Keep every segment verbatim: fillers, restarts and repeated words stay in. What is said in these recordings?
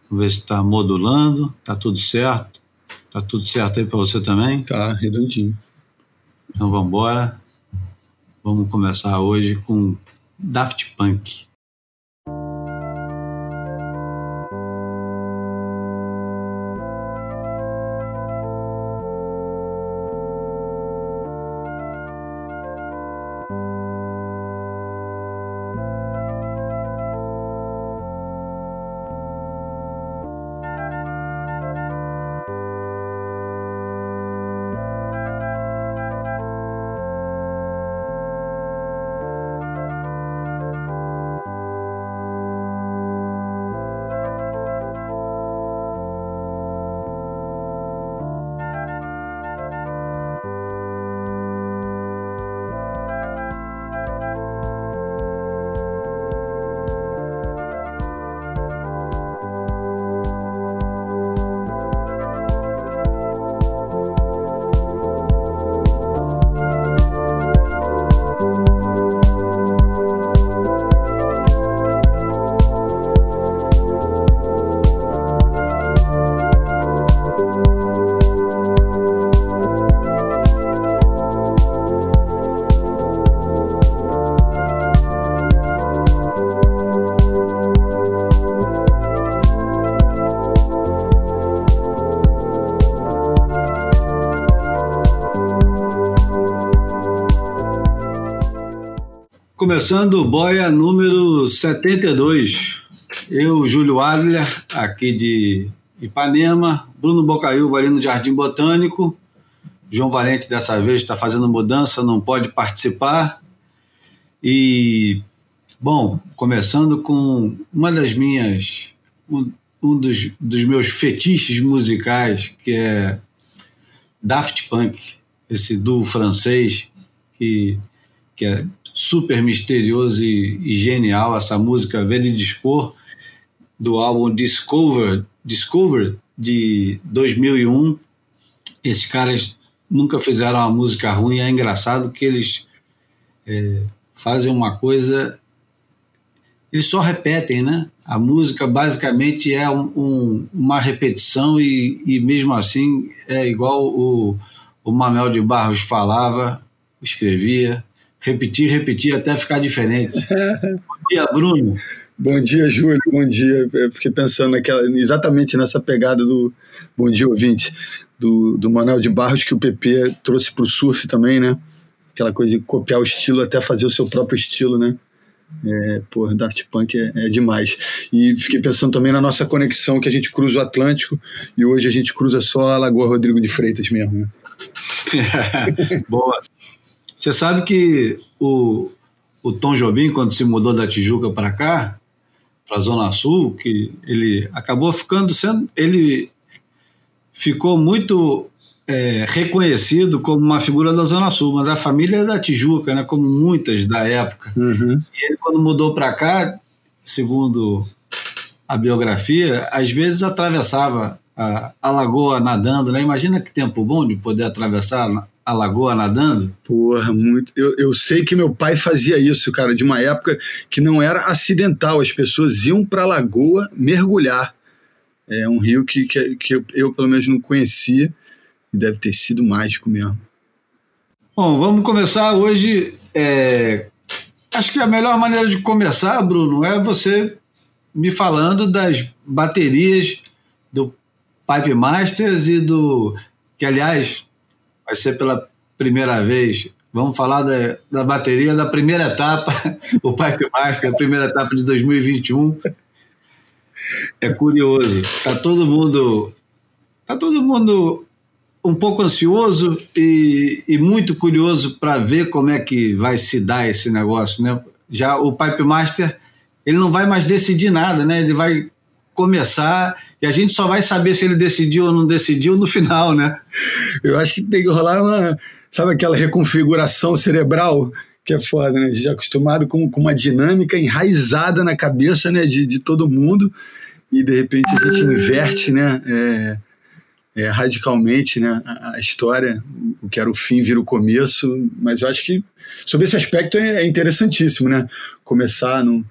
Vamos ver se está modulando, está tudo certo. Está tudo certo aí para você também? Tá, redondinho. Então vamos embora. Vamos começar hoje com Daft Punk. Começando o Boia número setenta e dois. Eu, Júlio Adler, aqui de Ipanema, Bruno Bocaiúva ali no Jardim Botânico. João Valente dessa vez está fazendo mudança, não pode participar. E, bom, começando com uma das minhas, um, um dos, dos meus fetiches musicais, que é Daft Punk, esse duo francês que, que é super misterioso e, e genial. Essa música Vê de Dispor, do álbum Discover, Discover de dois mil e um. Esses caras nunca fizeram uma música ruim. É engraçado que eles é, fazem uma coisa, eles só repetem, né? A música basicamente é um, um, uma repetição e, e mesmo assim é igual o, o Manuel de Barros falava, escrevia: repetir, repetir até ficar diferente. Bom dia, Bruno. Bom dia, Júlio. Bom dia. Eu fiquei pensando naquela, exatamente nessa pegada do Bom Dia, Ouvinte, do, do Manuel de Barros, que o P P trouxe para o surf também, né? Aquela coisa de copiar o estilo até fazer o seu próprio estilo, né? É, pô, Daft Punk é, é demais. E fiquei pensando também na nossa conexão, que a gente cruza o Atlântico e hoje a gente cruza só a Lagoa Rodrigo de Freitas mesmo, né? Boa. Você sabe que o, o Tom Jobim, quando se mudou da Tijuca para cá, para a Zona Sul, que ele acabou ficando sendo... Ele ficou muito é, reconhecido como uma figura da Zona Sul, mas a família é da Tijuca, né, como muitas da época. Uhum. E ele, quando mudou para cá, segundo a biografia, às vezes atravessava a, a lagoa nadando, né? Imagina que tempo bom de poder atravessar a lagoa nadando. Porra, muito. Eu, eu sei que meu pai fazia isso, cara, de uma época que não era acidental, as pessoas iam para a lagoa mergulhar. É um rio que, que, que eu, eu, pelo menos, não conhecia e deve ter sido mágico mesmo. Bom, vamos começar hoje. É... Acho que a melhor maneira de começar, Bruno, é você me falando das baterias do Pipe Masters e do... que, aliás, vai ser pela primeira vez. Vamos falar da, da bateria da primeira etapa, o Pipe Master, a primeira etapa de dois mil e vinte e um. É curioso. Está todo mundo, tá todo mundo um pouco ansioso e, e muito curioso para ver como é que vai se dar esse negócio, né? Já o Pipe Master, ele não vai mais decidir nada, né? Ele vai começar e a gente só vai saber se ele decidiu ou não decidiu no final, né? Eu acho que tem que rolar uma, sabe, aquela reconfiguração cerebral que é foda, né? A gente é acostumado com, com uma dinâmica enraizada na cabeça, né, de, de todo mundo, e de repente a gente inverte, né, é, é, radicalmente, né, a, a história, o que era o fim vira o começo. Mas eu acho que sobre esse aspecto é, é interessantíssimo, né? Começar num,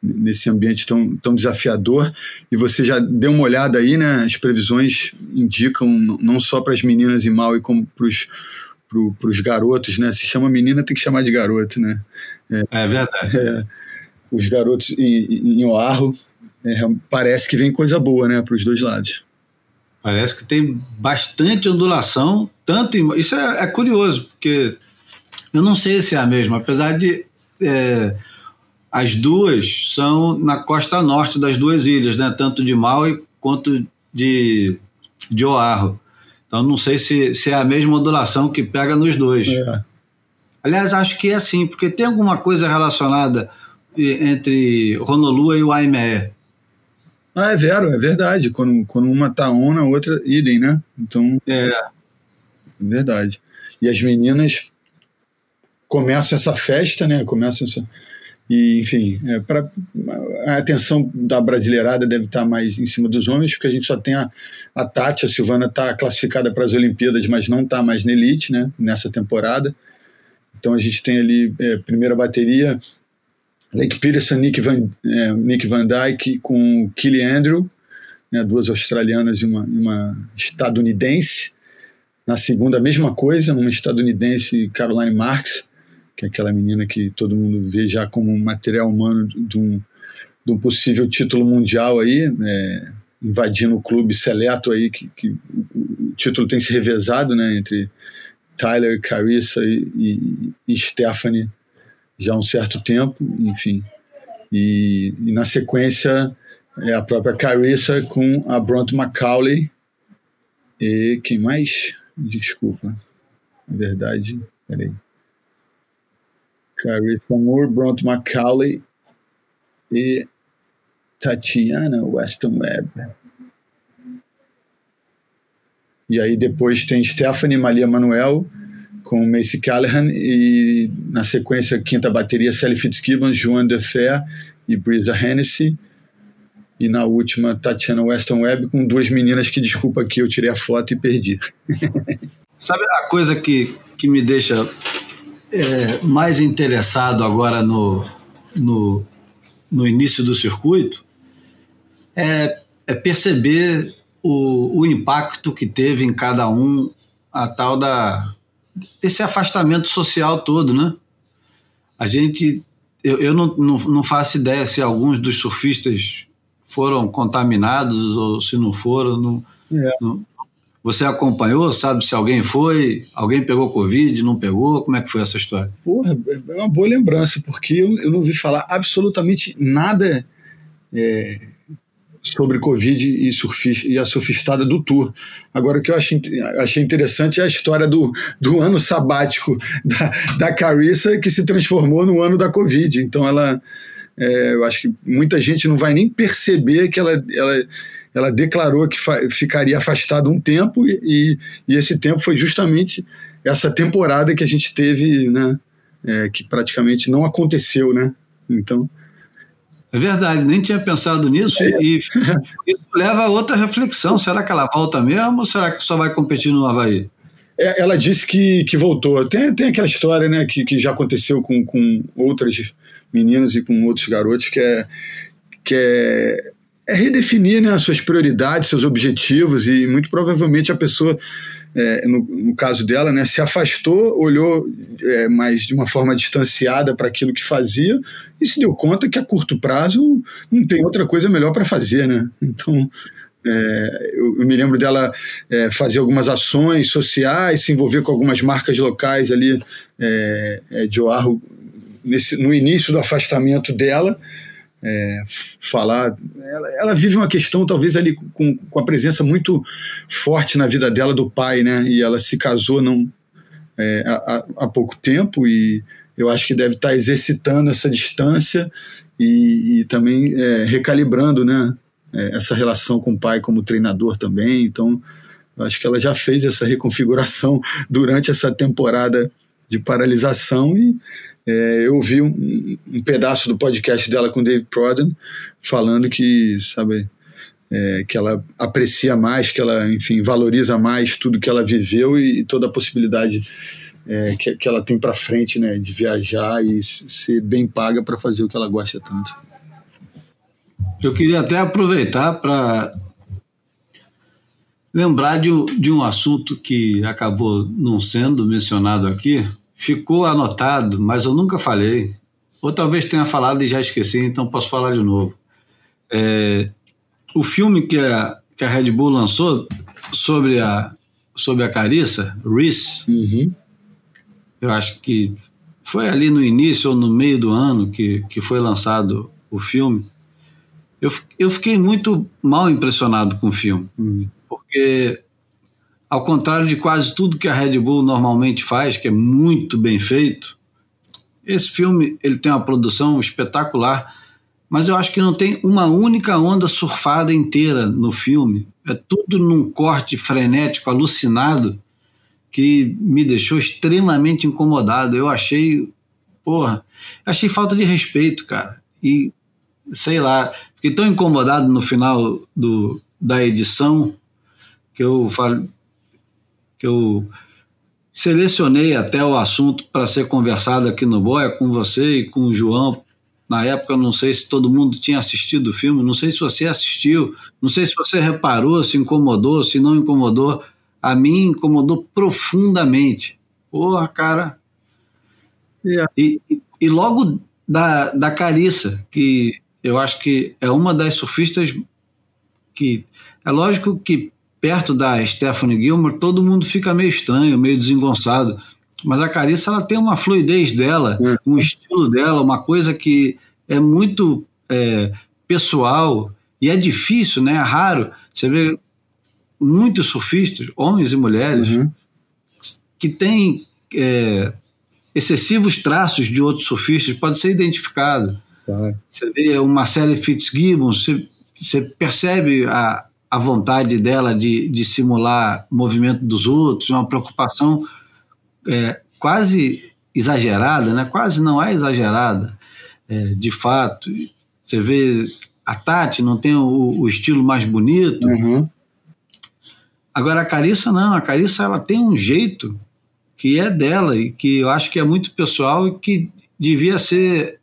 nesse ambiente tão, tão desafiador. E você já deu uma olhada aí, né? As previsões indicam não só para as meninas em Maui como para os pro, pros garotos, né? Se chama menina, tem que chamar de garoto, né? É, é verdade. É, os garotos em, em Oahu, é, parece que vem coisa boa, né? Para os dois lados. Parece que tem bastante ondulação, tanto em, isso é, é curioso, porque eu não sei se é a mesma, apesar de é, as duas são na costa norte das duas ilhas, né? Tanto de Maui quanto de, de Oahu. Então não sei se, se é a mesma ondulação que pega nos dois. É. Aliás, acho que é assim, porque tem alguma coisa relacionada entre Honolulu e Waimea. Ah, é vero, é verdade. Quando, quando uma tá on, a outra idem, né? Então, é. é verdade. E as meninas começam essa festa, né? Começam essa... E, enfim, é, pra, a atenção da brasileirada deve estar mais em cima dos homens, porque a gente só tem a, a Tati, a Silvana está classificada para as Olimpíadas, mas não está mais na elite, né? Nessa temporada. Então a gente tem ali, é, primeira bateria, Lake Peterson, Nick Van, é, Nick Van Dyke com Kelly Andrew, né, duas australianas e uma, uma estadunidense. Na segunda, a mesma coisa, uma estadunidense, Caroline Marks, que é aquela menina que todo mundo vê já como um material humano de um, de um possível título mundial aí, é, invadindo o clube seleto aí, que, que o título tem se revezado, né, entre Tyler, Carissa e, e, e Stephanie já há um certo tempo, enfim. E, e na sequência é a própria Carissa com a Bronte McCauley e quem mais? Desculpa, na verdade, peraí. Carissa Moore, Bronte McCauley e Tatiana Weston Webb. E aí depois tem Stephanie Malia Manuel com Macy Callahan e na sequência quinta bateria Sally Fitzgibbons, Joan Defer e Brisa Hennessy. E na última Tatiana Weston Webb com duas meninas que, desculpa aqui, eu tirei a foto e perdi. Sabe a coisa que, que me deixa é, mais interessado agora no, no, no início do circuito é, é perceber o, o impacto que teve em cada um a tal da, desse afastamento social todo, né? A gente, eu, eu não, não, não faço ideia se alguns dos surfistas foram contaminados ou se não foram. Não, é. não, você acompanhou, sabe se alguém foi, alguém pegou Covid, não pegou? Como é que foi essa história? Porra, é uma boa lembrança, porque eu, eu não vi falar absolutamente nada é, sobre Covid e, surfista, e a surfistada do Tour. Agora, o que eu achei, achei interessante é a história do, do ano sabático da, da Carissa, que se transformou no ano da Covid. Então, ela, é, eu acho que muita gente não vai nem perceber que ela, ela, ela declarou que fa, ficaria afastada um tempo e, e esse tempo foi justamente essa temporada que a gente teve, né, é, que praticamente não aconteceu, né? Então... É verdade, nem tinha pensado nisso é. e, e isso leva a outra reflexão. Será que ela volta mesmo ou será que só vai competir no Havaí? É, ela disse que, que voltou. Tem, tem aquela história, né, que, que já aconteceu com, com outras meninas e com outros garotos, que é, que é, é redefinir, né, as suas prioridades, seus objetivos, e muito provavelmente a pessoa, é, no, no caso dela, né, se afastou, olhou é, mais de uma forma distanciada para aquilo que fazia e se deu conta que a curto prazo não tem outra coisa melhor para fazer, né? Então, é, eu, eu me lembro dela é, fazer algumas ações sociais, se envolver com algumas marcas locais ali é, é, de Oahu, nesse, no início do afastamento dela. É, falar, ela, ela vive uma questão talvez ali com, com a presença muito forte na vida dela do pai, né, e ela se casou não, é, há, há pouco tempo e eu acho que deve estar exercitando essa distância e, e também é, recalibrando, né, é, essa relação com o pai como treinador também. Então eu acho que ela já fez essa reconfiguração durante essa temporada de paralisação e É, eu ouvi um, um pedaço do podcast dela com o Dave Prodan falando que, sabe, é, que ela aprecia mais, que ela, enfim, valoriza mais tudo que ela viveu e, e toda a possibilidade é, que, que ela tem para frente, né, de viajar e ser bem paga para fazer o que ela gosta tanto. Eu queria até aproveitar para lembrar de, de um assunto que acabou não sendo mencionado aqui, ficou anotado, mas eu nunca falei, ou talvez tenha falado e já esqueci, então posso falar de novo. É, o filme que a, que a Red Bull lançou sobre a, sobre a Carissa, Reese, uhum. eu acho que foi ali no início ou no meio do ano que, que foi lançado o filme. Eu, eu fiquei muito mal impressionado com o filme, uhum. porque, ao contrário de quase tudo que a Red Bull normalmente faz, que é muito bem feito, esse filme ele tem uma produção espetacular, mas eu acho que não tem uma única onda surfada inteira no filme. É tudo num corte frenético, alucinado, que me deixou extremamente incomodado. Eu achei, porra, achei falta de respeito, cara. E, sei lá, fiquei tão incomodado no final do, da edição que eu falo, que eu selecionei até o assunto para ser conversado aqui no Boia com você e com o João. Na época, eu não sei se todo mundo tinha assistido o filme, não sei se você assistiu, não sei se você reparou, se incomodou, se não incomodou. A mim incomodou profundamente. Porra, cara. Yeah. E, e logo da, da Carissa, que eu acho que é uma das surfistas que... É lógico que perto da Stephanie Gilmore, todo mundo fica meio estranho, meio desengonçado. Mas a Carissa, ela tem uma fluidez dela, é. um estilo dela, uma coisa que é muito é, pessoal e é difícil, né? É raro. Você vê muitos surfistas, homens e mulheres, uhum. que têm é, excessivos traços de outros surfistas, pode ser identificado. Claro. Você vê uma Marcelle Fitzgibbon, você, você percebe a a vontade dela de, de simular o movimento dos outros, uma preocupação é, quase exagerada, né? Quase não é exagerada, é, de fato. Você vê a Tati não tem o, o estilo mais bonito. Uhum. Agora a Carissa não, a Carissa ela tem um jeito que é dela e que eu acho que é muito pessoal e que devia ser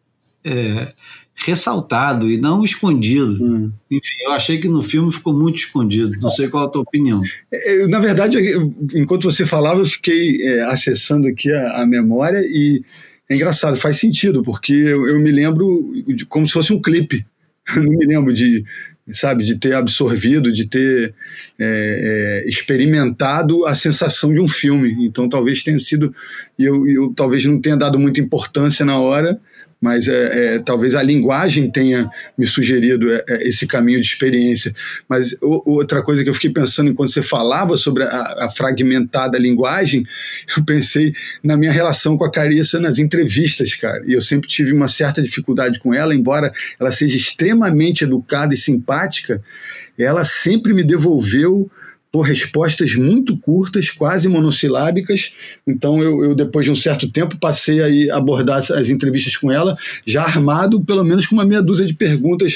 é, ressaltado e não escondido. Hum. Enfim, eu achei que no filme ficou muito escondido. Não sei qual a tua opinião. Eu, na verdade, eu, enquanto você falava, eu fiquei é, acessando aqui a, a memória e é engraçado, faz sentido, porque eu, eu me lembro de, como se fosse um clipe. Eu não me lembro de, sabe, de ter absorvido, de ter é, é, experimentado a sensação de um filme. Então, talvez tenha sido... E eu, eu talvez não tenha dado muita importância na hora, mas é, é, talvez a linguagem tenha me sugerido é, é, esse caminho de experiência. Mas o, outra coisa que eu fiquei pensando enquanto você falava sobre a, a fragmentada linguagem, eu pensei na minha relação com a Carissa nas entrevistas, cara. E eu sempre tive uma certa dificuldade com ela, embora ela seja extremamente educada e simpática, ela sempre me devolveu por respostas muito curtas, quase monossilábicas. Então eu, eu depois de um certo tempo passei a abordar as entrevistas com ela já armado pelo menos com uma meia dúzia de perguntas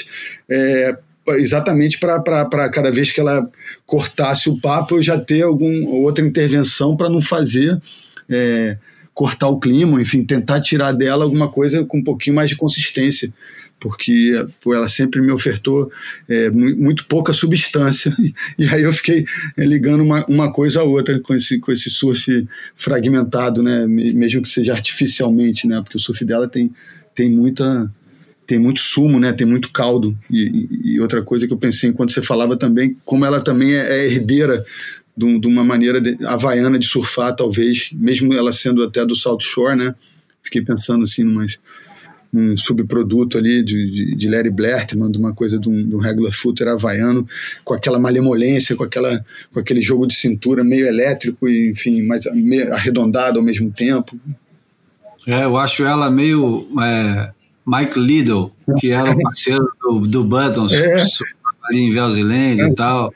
é, exatamente para cada vez que ela cortasse o papo eu já ter alguma outra intervenção para não fazer é, cortar o clima, enfim, tentar tirar dela alguma coisa com um pouquinho mais de consistência, porque pô, ela sempre me ofertou é, muito pouca substância, e aí eu fiquei ligando uma, uma coisa a outra com esse, com esse surf fragmentado, né? Mesmo que seja artificialmente, né? Porque o surf dela tem, tem, muita, tem muito sumo, né? Tem muito caldo, e, e outra coisa que eu pensei enquanto você falava também, como ela também é, é herdeira de, de uma maneira de, havaiana de surfar, talvez, mesmo ela sendo até do South Shore, né? Fiquei pensando assim, numas um subproduto ali de, de, de Larry Blertman, de uma coisa de um, de um regular footer havaiano, com aquela malemolência, com, aquela, com aquele jogo de cintura meio elétrico, e, enfim, mas meio arredondado ao mesmo tempo. É, eu acho ela meio é, Mike Liddell, que era o parceiro do, do Buttons, é. ali em Velziland é. e tal.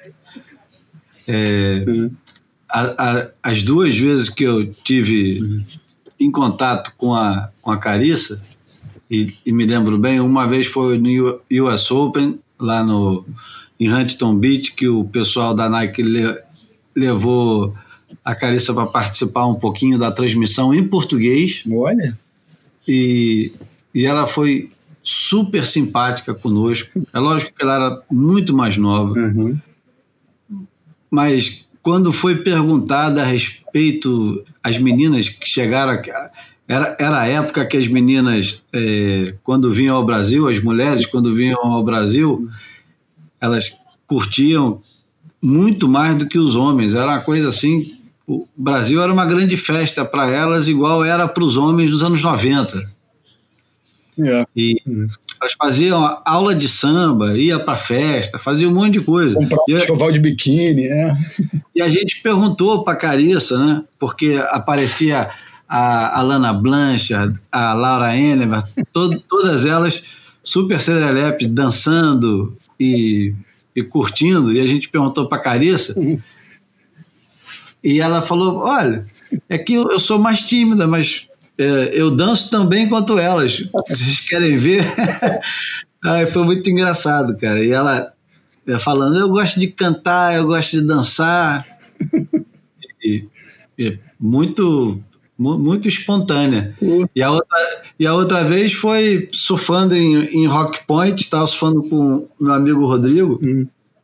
É, uhum. a, a, as duas vezes que eu tive uhum. em contato com a, com a Carissa, E, e me lembro bem, uma vez foi no U S Open, lá no, em Huntington Beach, que o pessoal da Nike le, levou a Carissa para participar um pouquinho da transmissão em português. Olha! E, e ela foi super simpática conosco. É lógico que ela era muito mais nova, uhum. mas quando foi perguntada a respeito, as meninas que chegaram aqui, era, era a época que as meninas, é, quando vinham ao Brasil, as mulheres, quando vinham ao Brasil, elas curtiam muito mais do que os homens. Era uma coisa assim, o Brasil era uma grande festa para elas, igual era para os homens dos anos noventa. Yeah. E uhum. elas faziam aula de samba, ia para festa, faziam um monte de coisa. Comprar um enxoval de biquíni, é. E a gente perguntou para a Carissa, né? Porque aparecia a Alana Blanchard, a Laura Ennever, to, todas elas super serelepe, dançando e, e curtindo. E a gente perguntou para a Carissa, uhum. e ela falou: olha, é que eu, eu sou mais tímida, mas é, eu danço tão bem quanto elas. Vocês querem ver? Ai, foi muito engraçado, cara. E ela falando: eu gosto de cantar, eu gosto de dançar. E, e muito, muito espontânea. Uhum. E, a outra, e a outra vez foi surfando em, em Rock Point, estava surfando com meu amigo Rodrigo. Uhum.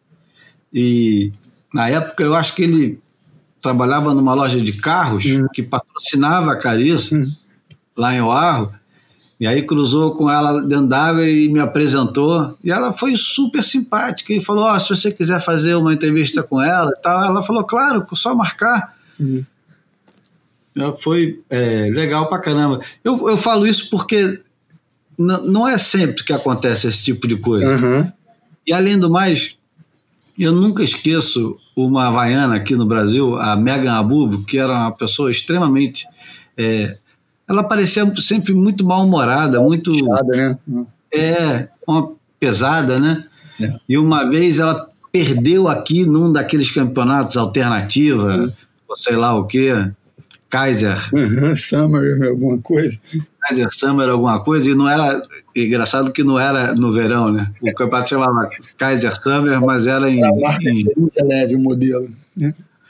E na época eu acho que ele trabalhava numa loja de carros, uhum. que patrocinava a Carissa, uhum. lá em Oahu. E aí cruzou com ela dentro d'água e me apresentou. E ela foi super simpática e falou: oh, se você quiser fazer uma entrevista com ela e tal. Ela falou: claro, só marcar. Uhum. Ela foi é, legal pra caramba. Eu, eu falo isso porque não é sempre que acontece esse tipo de coisa. Uhum. E além do mais, eu nunca esqueço uma havaiana aqui no Brasil, a Megan Abubo, que era uma pessoa extremamente... É, ela parecia sempre muito mal-humorada, muito... Pesada, né? Uhum. É, uma pesada, né? É. E uma vez ela perdeu aqui num daqueles campeonatos alternativa, uhum. ou sei lá o quê, Kaiser. Uhum, Summer, alguma coisa. Kaiser Summer, alguma coisa, e não era... Engraçado que não era no verão, né? O campeonato chamava Kaiser Summer, mas era em... A marca em... é leve, o modelo. Né?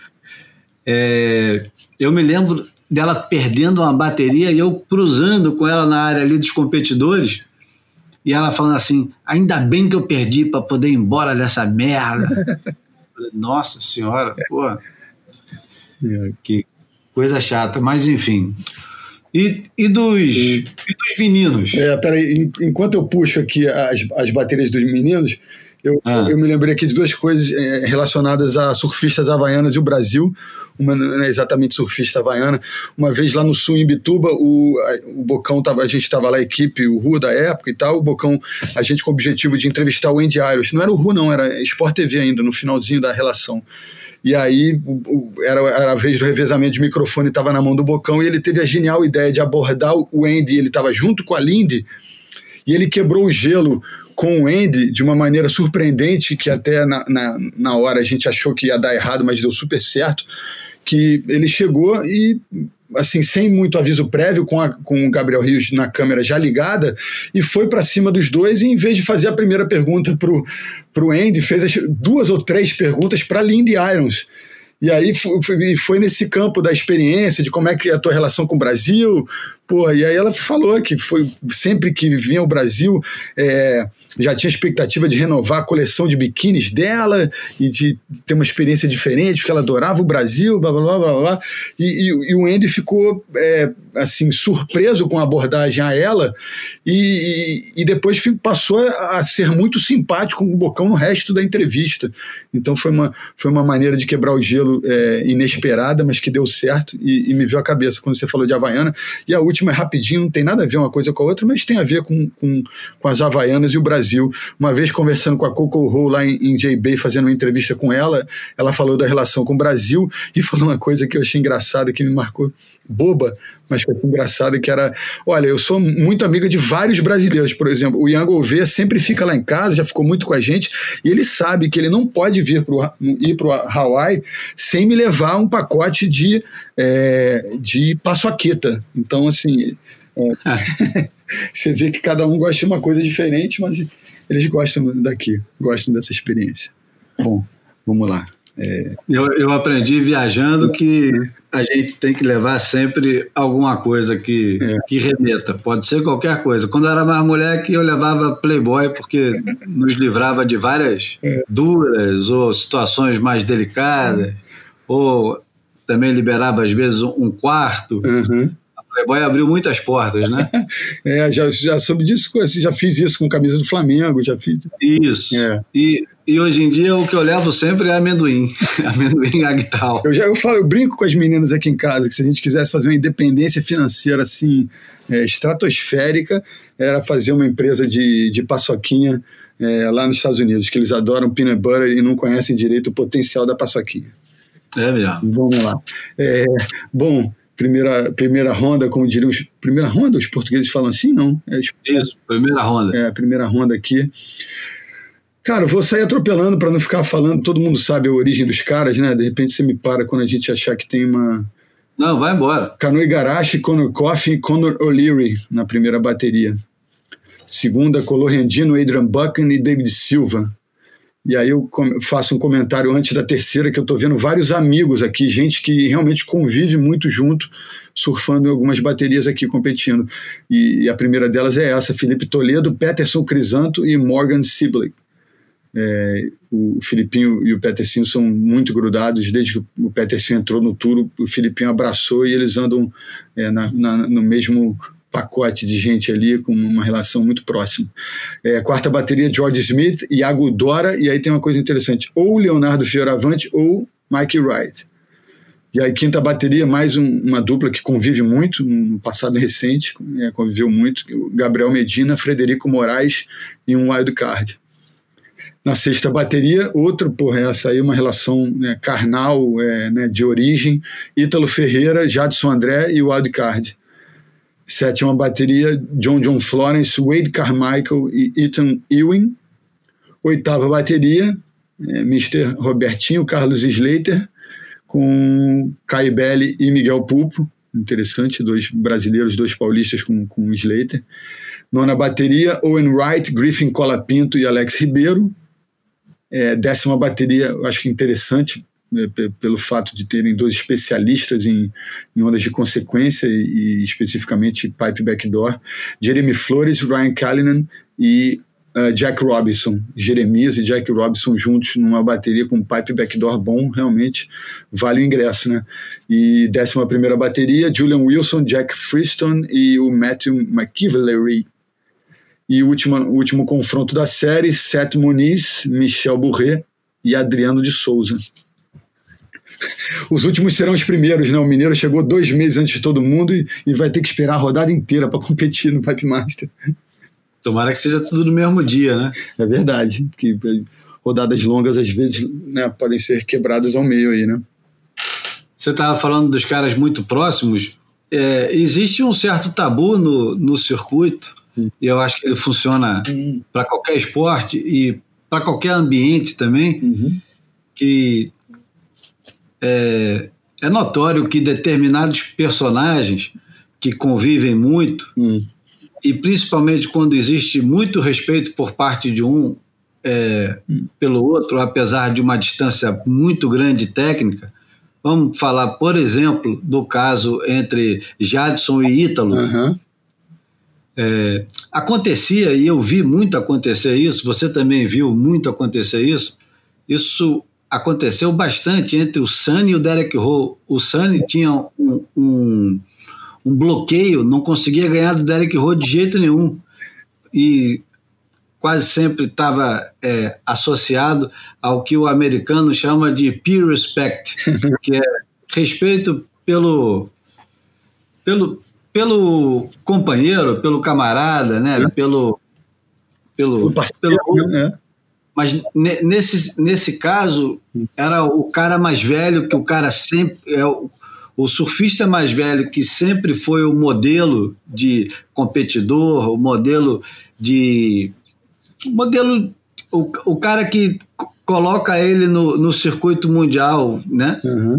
É, eu me lembro dela perdendo uma bateria e eu cruzando com ela na área ali dos competidores, e ela falando assim: ainda bem que eu perdi para poder ir embora dessa merda. Nossa senhora, pô, que coisa chata, mas enfim. E, e, dos, e dos meninos? É, peraí, enquanto eu puxo aqui as, as baterias dos meninos, eu, ah. eu me lembrei aqui de duas coisas relacionadas a surfistas havaianas e o Brasil. Uma não é exatamente surfista havaiana. Uma vez lá no sul, em Bituba, o, o Bocão, tava, a gente estava lá, a equipe, o Rua da época e tal, o Bocão, a gente com o objetivo de entrevistar o Andy Irons. Não era o Rua não, era Sport T V ainda, no finalzinho da relação. E aí o, o, era, era a vez do revezamento de microfone, estava na mão do Bocão, e ele teve a genial ideia de abordar o Andy, ele estava junto com a Lindy, e ele quebrou o gelo com o Andy de uma maneira surpreendente, que até na, na, na hora a gente achou que ia dar errado, mas deu super certo, que ele chegou e, assim, sem muito aviso prévio, com, a, com o Gabriel Rios na câmera já ligada, e foi para cima dos dois, e em vez de fazer a primeira pergunta pro, pro Andy, fez as duas ou três perguntas para Lindy Irons. E aí foi, foi nesse campo da experiência, de como é que é a tua relação com o Brasil. Pô, e aí ela falou que foi sempre que vinha ao Brasil, é, já tinha expectativa de renovar a coleção de biquínis dela e de ter uma experiência diferente, porque ela adorava o Brasil, blá, blá, blá, blá, blá. E, e, e o Andy ficou, é, assim, surpreso com a abordagem a ela, e, e, e depois passou a ser muito simpático com o Bocão no resto da entrevista. Então foi uma, foi uma maneira de quebrar o gelo é, inesperada, mas que deu certo, e, e me veio à cabeça quando você falou de Havaiana. E a última é rapidinho, não tem nada a ver uma coisa com a outra, mas tem a ver com, com, com as Havaianas e o Brasil. Uma vez conversando com a Coco Rowe lá em, em J-Bay, fazendo uma entrevista com ela, ela falou da relação com o Brasil e falou uma coisa que eu achei engraçada, que me marcou, boba, mas foi engraçada, que era: olha, eu sou muito amiga de vários brasileiros, por exemplo, o Ian Gouveia sempre fica lá em casa, já ficou muito com a gente, e ele sabe que ele não pode vir pro, ir para o Hawaii sem me levar um pacote de, é, de paçoqueta. Então, assim, é, você vê que cada um gosta de uma coisa diferente, mas eles gostam daqui, gostam dessa experiência. Bom, vamos lá. É... Eu, eu aprendi viajando que a gente tem que levar sempre alguma coisa que, é. que remeta, pode ser qualquer coisa. Quando eu era mais moleque, eu levava Playboy porque nos livrava de várias é. duras ou situações mais delicadas, ou também liberava às vezes um quarto. Uhum. Playboy abriu muitas portas, né? É, já, já soube disso, já fiz isso com camisa do Flamengo, já fiz. Isso. É. E, e hoje em dia o que eu levo sempre é amendoim, amendoim Agtal. Eu, já, eu, falo, eu brinco com as meninas aqui em casa que se a gente quisesse fazer uma independência financeira assim, é, estratosférica, era fazer uma empresa de, de paçoquinha é, lá nos Estados Unidos, que eles adoram peanut butter e não conhecem direito o potencial da paçoquinha. É mesmo. Vamos lá. É, bom... Primeira, primeira ronda, como diriam os... Primeira ronda? Os portugueses falam assim? Não. É, Isso, primeira ronda. É, primeira ronda aqui. Cara, eu vou sair atropelando para não ficar falando. Todo mundo sabe a origem dos caras, né? De repente você me para quando a gente achar que tem uma... Não, vai embora. Kano Igarashi, Conor Coffin e Conor O'Leary na primeira bateria. Segunda, Colo Rendino, Adrian Buchan e David Silva. E aí eu faço um comentário antes da terceira, que eu estou vendo vários amigos aqui, gente que realmente convive muito junto, surfando em algumas baterias aqui, competindo. E a primeira delas é essa, Felipe Toledo, Peterson Crisanto e Morgan Sibley. É, o Filipinho e o Petercinho são muito grudados, desde que o Petercinho entrou no tour, o Filipinho abraçou e eles andam é, na, na, no mesmo pacote de gente ali, com uma relação muito próxima. É, quarta bateria, George Smith, Iago Dora, e aí tem uma coisa interessante, ou Leonardo Fioravante ou Mike Wright. E aí quinta bateria, mais um, uma dupla que convive muito, no passado recente, é, conviveu muito, Gabriel Medina, Frederico Moraes e um wildcard. Na sexta bateria, outra, porra, essa aí uma relação né, carnal, é, né, de origem, Ítalo Ferreira, Jadson André e o wildcard. Sétima bateria, John John Florence, Wade Carmichael e Ethan Ewing. Oitava bateria, é, mister Robertinho, Carlos Slater, com Kai Belli e Miguel Pulpo. Interessante, dois brasileiros, dois paulistas com, com Slater. Nona bateria, Owen Wright, Griffin Colapinto e Alex Ribeiro. É, décima bateria, eu acho que interessante, né, pelo fato de terem dois especialistas em, em ondas de consequência e, e especificamente pipe backdoor, Jeremy Flores, Ryan Callanan e uh, Jack Robinson. Jeremias e Jack Robinson juntos numa bateria com pipe backdoor bom, realmente vale o ingresso, né? E décima primeira bateria, Julian Wilson, Jack Freestone e o Matthew McKeevery. E o último, o último confronto da série, Seth Muniz, Michel Bourret e Adriano de Souza. Os últimos serão os primeiros, né? O Mineiro chegou dois meses antes de todo mundo e, e vai ter que esperar a rodada inteira para competir no Pipe Master. Tomara que seja tudo no mesmo dia, né? É verdade, porque rodadas longas às vezes né, podem ser quebradas ao meio aí, né? Você estava falando dos caras muito próximos. É, existe um certo tabu no, no circuito, hum. e eu acho que ele funciona hum. para qualquer esporte e para qualquer ambiente também, uhum. que É, é notório que determinados personagens que convivem muito, hum. e principalmente quando existe muito respeito por parte de um é, hum. pelo outro, apesar de uma distância muito grande técnica, vamos falar, por exemplo, do caso entre Jadson e Ítalo. Uhum. É, acontecia, e eu vi muito acontecer isso, você também viu muito acontecer isso, isso aconteceu bastante entre o Sunny e o Derek Rowe. O Sunny tinha um, um, um bloqueio, não conseguia ganhar do Derek Rowe de jeito nenhum. E quase sempre estava é, associado ao que o americano chama de peer respect, que é respeito pelo, pelo, pelo companheiro, pelo camarada, né? é. pelo, pelo, parceiro, pelo né? Mas nesse, nesse caso, era o cara mais velho, que o cara sempre... É o, o surfista mais velho, que sempre foi o modelo de competidor, o modelo de... O modelo... O, o cara que coloca ele no, no circuito mundial, né? Uhum.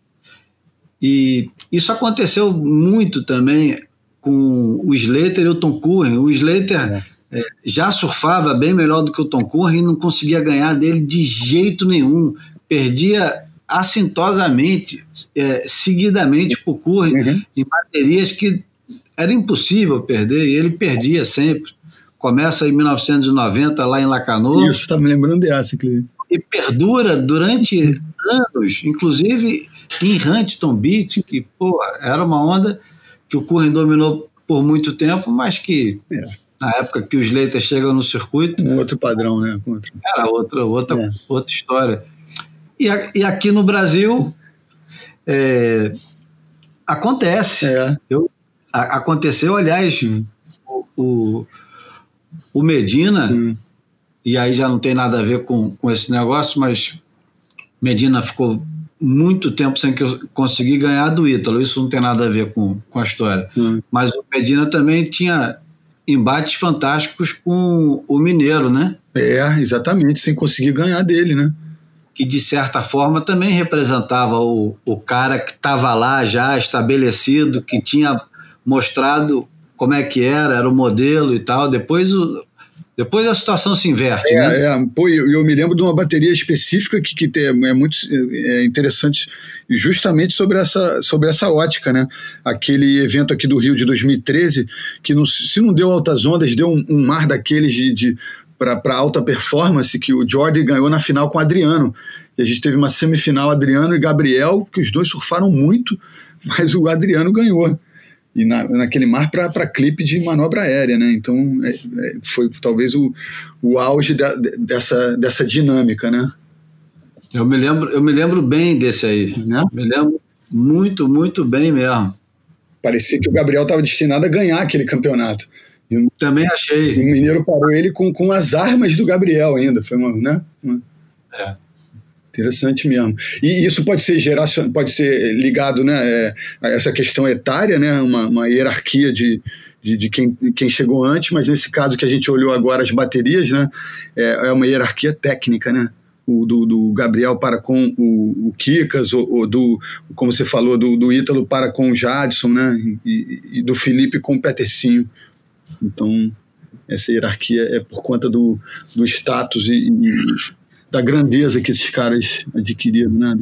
E isso aconteceu muito também com o Slater e o Tom Curren. O Slater... É. É, já surfava bem melhor do que o Tom Curren e não conseguia ganhar dele de jeito nenhum. perdia assintosamente, é, seguidamente para o Curry, uhum. em baterias que era impossível perder, e ele perdia sempre. Começa em mil novecentos e noventa, lá em Lacanau. Isso, está me lembrando dessa, Cleide. E perdura durante uhum. anos, inclusive em Huntington Beach, que pô, era uma onda que o Curry dominou por muito tempo, mas que é. na época que os Slater chegam no circuito... Um outro padrão, né? Outro. Era outra, outra, é. outra história. E, a, e aqui no Brasil, é, acontece. É. Eu, a, aconteceu, aliás, hum. o, o, o Medina, hum. e aí já não tem nada a ver com, com esse negócio, mas Medina ficou muito tempo sem que eu conseguir ganhar do Ítalo. Isso não tem nada a ver com, com a história. Hum. Mas o Medina também tinha embates fantásticos com o Mineiro, né? É, exatamente, sem conseguir ganhar dele, né? Que de certa forma também representava o, o cara que estava lá já estabelecido, que tinha mostrado como é que era, era o modelo e tal. Depois, o, depois a situação se inverte, é, né? É, pô, eu, eu me lembro de uma bateria específica que, que tem, é muito é interessante justamente sobre essa, sobre essa ótica, né? Aquele evento aqui do Rio de dois mil e treze, que não, se não deu altas ondas, deu um, um mar daqueles de... de para alta performance, que o Jordi ganhou na final com o Adriano. E a gente teve uma semifinal, Adriano e Gabriel, que os dois surfaram muito, mas o Adriano ganhou. E na, naquele mar para clipe de manobra aérea, né? Então é, é, foi talvez o, o auge da, dessa, dessa dinâmica, né? Eu me lembro, eu me lembro bem desse aí. Né? Me lembro muito, muito bem mesmo. Parecia que o Gabriel estava destinado a ganhar aquele campeonato. Eu também achei. O Mineiro parou ele com, com as armas do Gabriel ainda. Foi uma, né? Uma... É. Interessante mesmo. E isso pode ser geracion... pode ser ligado, né, é, a essa questão etária, né? Uma, uma hierarquia de, de, de quem, quem chegou antes, mas nesse caso que a gente olhou agora, as baterias, né? É, é uma hierarquia técnica, né? O do, do Gabriel para com o, o Kikas, ou, ou do, como você falou, do, do Ítalo para com o Jadson, né? E, e do Felipe com o Petercinho. Então, essa hierarquia é por conta do, do status e, e da grandeza que esses caras adquiriram, né?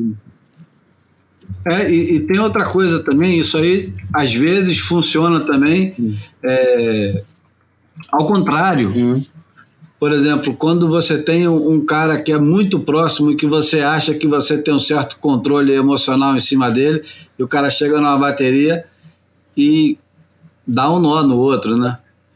É, e, e tem outra coisa também, isso aí às vezes funciona também hum. é, ao contrário. Hum. Por exemplo, quando você tem um, um cara que é muito próximo e que você acha que você tem um certo controle emocional em cima dele, e o cara chega numa bateria e dá um nó no outro, né?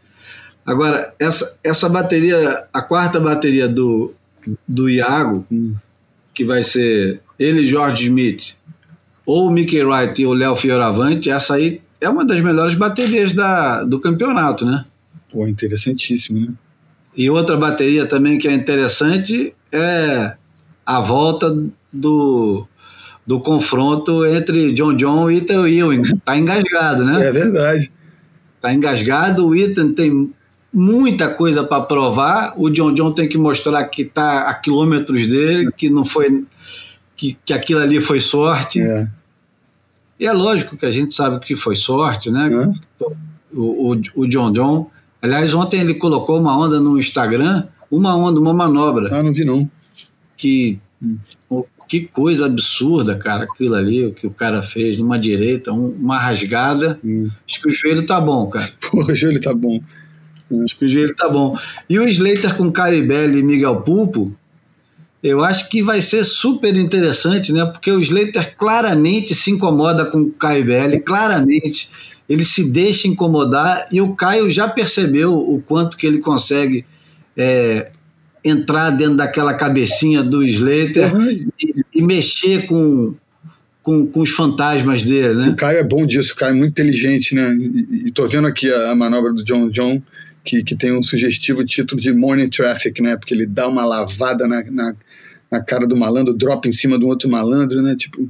Agora, essa, essa bateria, a quarta bateria do, do Iago, hum. que vai ser ele, George Smith, ou o Mickey Wright e o Léo Fioravante, essa aí é uma das melhores baterias da, do campeonato, né? Pô, interessantíssimo, né? E outra bateria também que é interessante é a volta do, do confronto entre John John e Ethan Ewing. Tá engasgado, né? É verdade. Tá engasgado, o Ethan tem muita coisa para provar, o John John tem que mostrar que está a quilômetros dele, que não foi, que, que aquilo ali foi sorte. É. E é lógico que a gente sabe que foi sorte, né? É. O, o, o John John, aliás, ontem ele colocou uma onda no Instagram, uma onda, uma manobra. Ah, não vi não. Que, hum. que coisa absurda, cara, aquilo ali, o que o cara fez, numa direita, um, uma rasgada. Hum. Acho que o joelho tá bom, cara. Pô, o joelho tá bom. Acho que o joelho tá bom. E o Slater com Caio Belli e Miguel Pulpo, eu acho que vai ser super interessante, né? Porque o Slater claramente se incomoda com o Caio Belli, claramente. Ele se deixa incomodar e o Caio já percebeu o quanto que ele consegue é, entrar dentro daquela cabecinha do Slater uhum. e, e mexer com, com, com os fantasmas dele, né? O Caio é bom disso, o Caio é muito inteligente, né? E, e tô vendo aqui a, a manobra do John John, que, que tem um sugestivo título de Morning Traffic, né? Porque ele dá uma lavada na, na, na cara do malandro, dropa em cima do outro malandro, né? Tipo,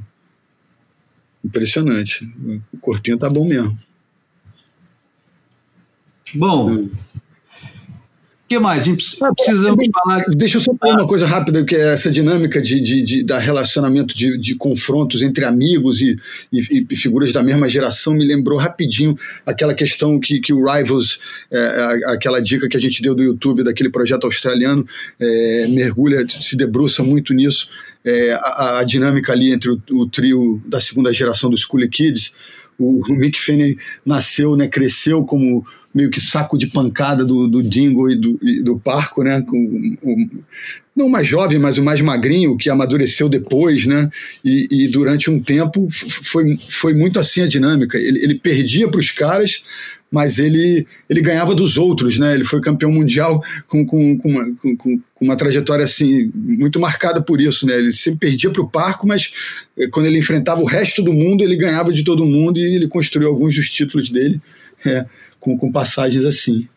impressionante. O corpinho tá bom mesmo. Bom, hum. que mais? A gente precisamos falar... Deixa eu só falar uma coisa rápida, que é essa dinâmica de, de, de, da relacionamento de, de confrontos entre amigos e, e, e figuras da mesma geração me lembrou rapidinho aquela questão que, que o Rivals, é, aquela dica que a gente deu do YouTube, daquele projeto australiano, é, mergulha, se debruça muito nisso, é, a, a dinâmica ali entre o, o trio da segunda geração dos Cool Kids. O, o Mick Fanning nasceu, né, cresceu como meio que saco de pancada do, do Dingo e do, e do Parco, né? Com, o, não o mais jovem, mas o mais magrinho, que amadureceu depois, né? E, e durante um tempo foi, foi muito assim a dinâmica. Ele, ele perdia para os caras, mas ele, ele ganhava dos outros, né? Ele foi campeão mundial com, com, com, uma, com, com uma trajetória assim, muito marcada por isso, né? Ele sempre perdia para o Parco, mas quando ele enfrentava o resto do mundo, ele ganhava de todo mundo e ele construiu alguns dos títulos dele. É, Com, com passagens assim.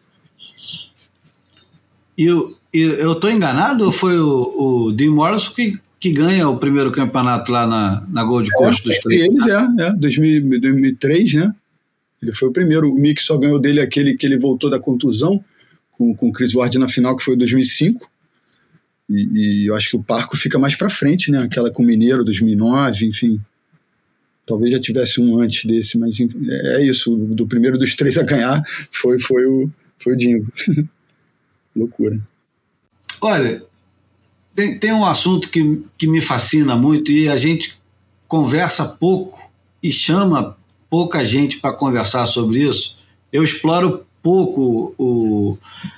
E eu, eu tô enganado ou foi o, o Dean Morrison que, que ganha o primeiro campeonato lá na, na Gold Coast é, dos três? Eles é, é dois mil e três, né? Ele foi o primeiro. O Mick só ganhou dele aquele que ele voltou da contusão com, com o Chris Ward na final, que foi dois mil e cinco. E, e eu acho que o Parco fica mais pra frente, né? Aquela com o Mineiro, dois mil e nove, enfim. Talvez já tivesse um antes desse, mas é isso. Do primeiro dos três a ganhar foi, foi, o, foi o Dingo. Loucura. Olha, tem, tem um assunto que, que me fascina muito e a gente conversa pouco e chama pouca gente para conversar sobre isso. Eu exploro pouco o,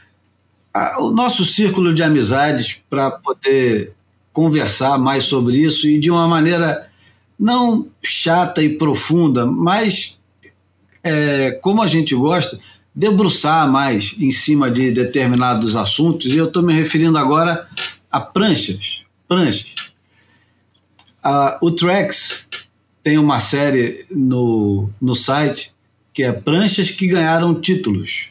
a, o nosso círculo de amizades para poder conversar mais sobre isso e de uma maneira não chata e profunda, mas é, como a gente gosta, debruçar mais em cima de determinados assuntos, e eu estou me referindo agora a pranchas. pranchas. Ah, o Trex tem uma série no, no site que é Pranchas que Ganharam Títulos.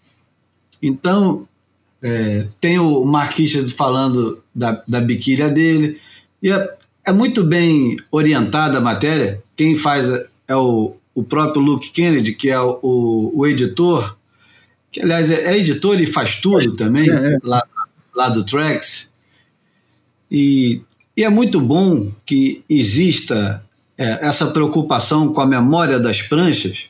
Então, é, tem o Marquinhos falando da, da biquília dele, e é, é muito bem orientada a matéria. Quem faz é o, o próprio Luke Kennedy, que é o, o editor, que aliás é, é editor e faz tudo também, é, é. Lá, lá do Trex. E, e é muito bom que exista é, essa preocupação com a memória das pranchas,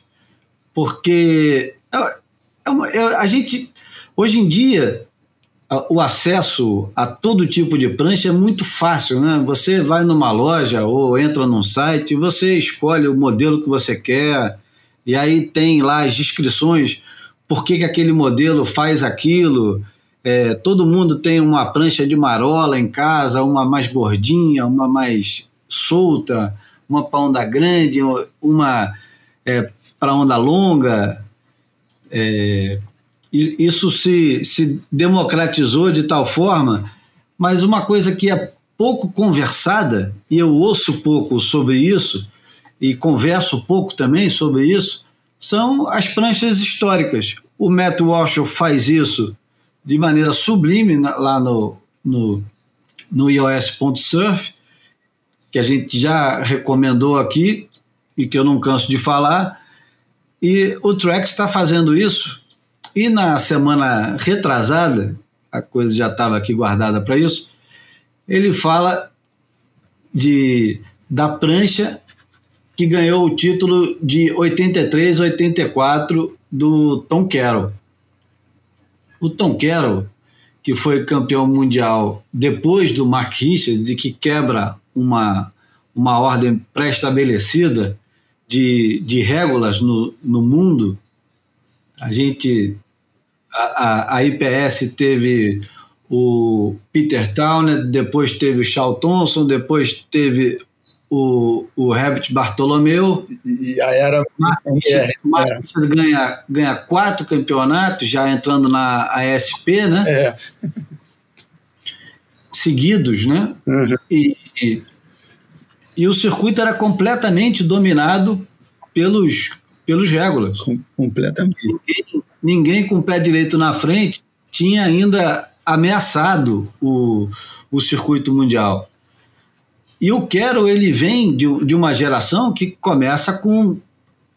porque é, é uma, é, a gente, hoje em dia, o acesso a todo tipo de prancha é muito fácil, né? Você vai numa loja ou entra num site, você escolhe o modelo que você quer, e aí tem lá as descrições, por que que aquele modelo faz aquilo. É, todo mundo tem uma prancha de marola em casa, uma mais gordinha, uma mais solta, uma para onda grande, uma é, para onda longa. É, isso se, se democratizou de tal forma, mas uma coisa que é pouco conversada, e eu ouço pouco sobre isso, e converso pouco também sobre isso, são as pranchas históricas. O Matt Walsh faz isso de maneira sublime lá no, no, no ios ponto surf, que a gente já recomendou aqui e que eu não canso de falar, e o Trex está fazendo isso. E na semana retrasada, a coisa já estava aqui guardada para isso, ele fala de, da prancha que ganhou o título de oitenta e três a oitenta e quatro do Tom Carroll. O Tom Carroll, que foi campeão mundial depois do Mark Richards, de que quebra uma, uma ordem pré-estabelecida de, de régulas no, no mundo. A gente, a, a, a I P S teve o Peter Townend, depois teve o Shaw Thompson, depois teve o, o Herbert Bartolomeu. E a era... Marcos é, ganha, ganha quatro campeonatos, já entrando na A S P, né? É. Seguidos, né? Uhum. E, e, e o circuito era completamente dominado pelos, pelos régulas. Com, completamente. Ninguém, ninguém com o pé direito na frente tinha ainda ameaçado o, o circuito mundial. E o Carroll, ele vem de, de uma geração que começa com